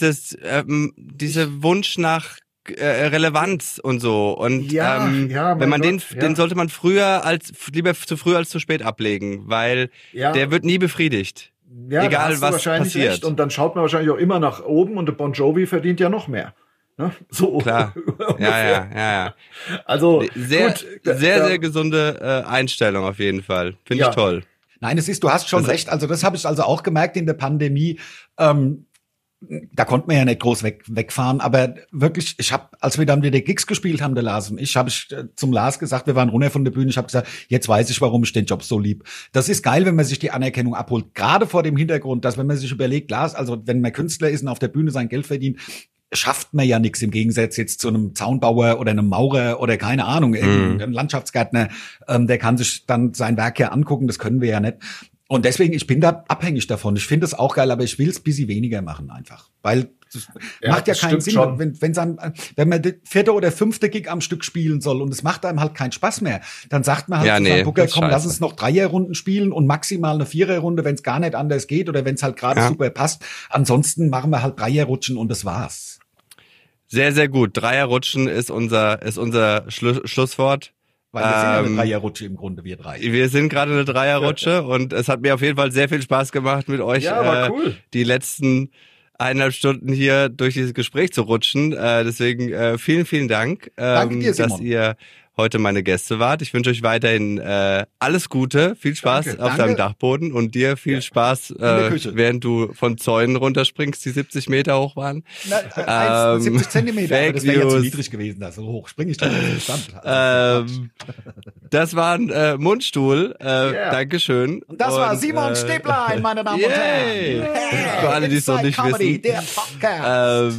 Speaker 3: diese Wunsch nach Relevanz und so. Und wenn man den sollte man lieber zu früh als zu spät ablegen, weil der wird nie befriedigt.
Speaker 1: Ja,
Speaker 3: egal was passiert.
Speaker 1: Recht. Und dann schaut man wahrscheinlich auch immer nach oben und der Bon Jovi verdient ja noch mehr. Ne? So.
Speaker 3: Klar. Ja.
Speaker 1: Also
Speaker 3: sehr gesunde Einstellung auf jeden Fall. Finde ich toll.
Speaker 4: Nein, du hast schon recht. Also das habe ich also auch gemerkt in der Pandemie. Da konnte man ja nicht groß wegfahren, aber wirklich, als wir dann wieder Gigs gespielt haben, der Lars und ich, habe ich zum Lars gesagt, wir waren runter von der Bühne, ich habe gesagt, jetzt weiß ich, warum ich den Job so lieb. Das ist geil, wenn man sich die Anerkennung abholt, gerade vor dem Hintergrund, dass wenn man sich überlegt, Lars, also wenn man Künstler ist und auf der Bühne sein Geld verdient, schafft man ja nichts im Gegensatz jetzt zu einem Zaunbauer oder einem Maurer oder keine Ahnung, irgendein Landschaftsgärtner, der kann sich dann sein Werk ja angucken, das können wir ja nicht. Und deswegen, ich bin da abhängig davon. Ich finde das auch geil, aber ich will es ein bisschen weniger machen einfach. Weil das macht ja keinen Sinn, wenn man die 4. oder 5. Gig am Stück spielen soll und es macht einem halt keinen Spaß mehr, dann sagt man halt zu seinem Booker, komm, lass uns noch 3er-Runden spielen und maximal eine 4er-Runde, wenn es gar nicht anders geht oder wenn es halt gerade super passt. Ansonsten machen wir halt 3er-Rutschen und das war's.
Speaker 3: Sehr, sehr gut. 3er-Rutschen ist unser Schlusswort.
Speaker 4: Weil wir sind ja eine Dreierrutsche im Grunde, wir 3.
Speaker 3: Wir sind gerade eine Dreierrutsche und es hat mir auf jeden Fall sehr viel Spaß gemacht, mit euch
Speaker 1: cool.
Speaker 3: Die letzten 1,5 Stunden hier durch dieses Gespräch zu rutschen. Deswegen vielen, vielen Dank,
Speaker 4: Danke dir, Simon,
Speaker 3: dass ihr heute meine Gäste wart. Ich wünsche euch weiterhin alles Gute, viel Spaß auf deinem Dachboden und dir viel Spaß, während du von Zäunen runterspringst, die 70 Meter hoch waren.
Speaker 4: 70 Zentimeter, aber das wäre ja zu niedrig gewesen, so hoch springe ich dann nicht stand.
Speaker 3: Das war ein Mundstuhl, Dankeschön.
Speaker 4: Und das war Simon Stäblein, meine Damen und Herren.
Speaker 3: Für alle, die es noch nicht wissen.
Speaker 4: Der Podcast.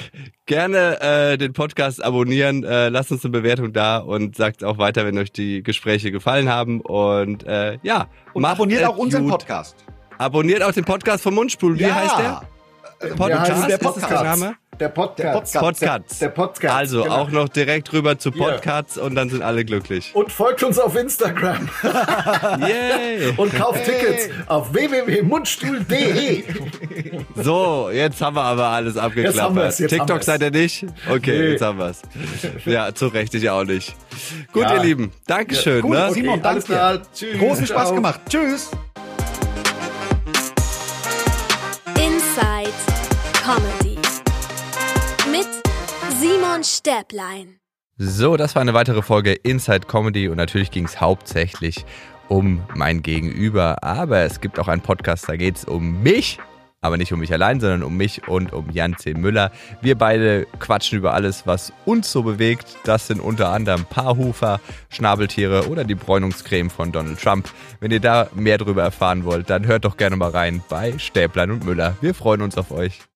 Speaker 3: Gerne den Podcast abonnieren, lasst uns eine Bewertung da und sagt auch weiter, wenn euch die Gespräche gefallen haben. Und
Speaker 4: und abonniert auch unseren Podcast.
Speaker 3: Abonniert auch den Podcast vom Mundstuhl. Wie heißt der?
Speaker 1: Podcast?
Speaker 4: Der Podcast.
Speaker 3: Ist das der Name?
Speaker 1: Der Podcast.
Speaker 3: Der Podcast. Also
Speaker 1: genau.
Speaker 3: auch noch direkt rüber zu Podcasts und dann sind alle glücklich.
Speaker 1: Und folgt uns auf Instagram.
Speaker 3: Yay.
Speaker 1: Und kauft Tickets auf www.mundstuhl.de.
Speaker 3: So, jetzt haben wir aber alles abgeklappert. TikTok seid ihr nicht? Okay, Jetzt haben wir's. Ja, zu Recht, ich auch nicht. Gut, ihr Lieben. Dankeschön.
Speaker 4: Cool,
Speaker 3: ne?
Speaker 4: Simon, danke dir.
Speaker 1: Tschüss.
Speaker 4: Großen Spaß gemacht. Tschüss.
Speaker 2: Inside Comedy mit Simon Stäblein.
Speaker 3: So, das war eine weitere Folge Inside Comedy und natürlich ging es hauptsächlich um mein Gegenüber, aber es gibt auch einen Podcast, da geht es um mich, aber nicht um mich allein, sondern um mich und um Jan C. Müller. Wir beide quatschen über alles, was uns so bewegt. Das sind unter anderem Paarhufer, Schnabeltiere oder die Bräunungscreme von Donald Trump. Wenn ihr da mehr drüber erfahren wollt, dann hört doch gerne mal rein bei Stäblein und Müller. Wir freuen uns auf euch.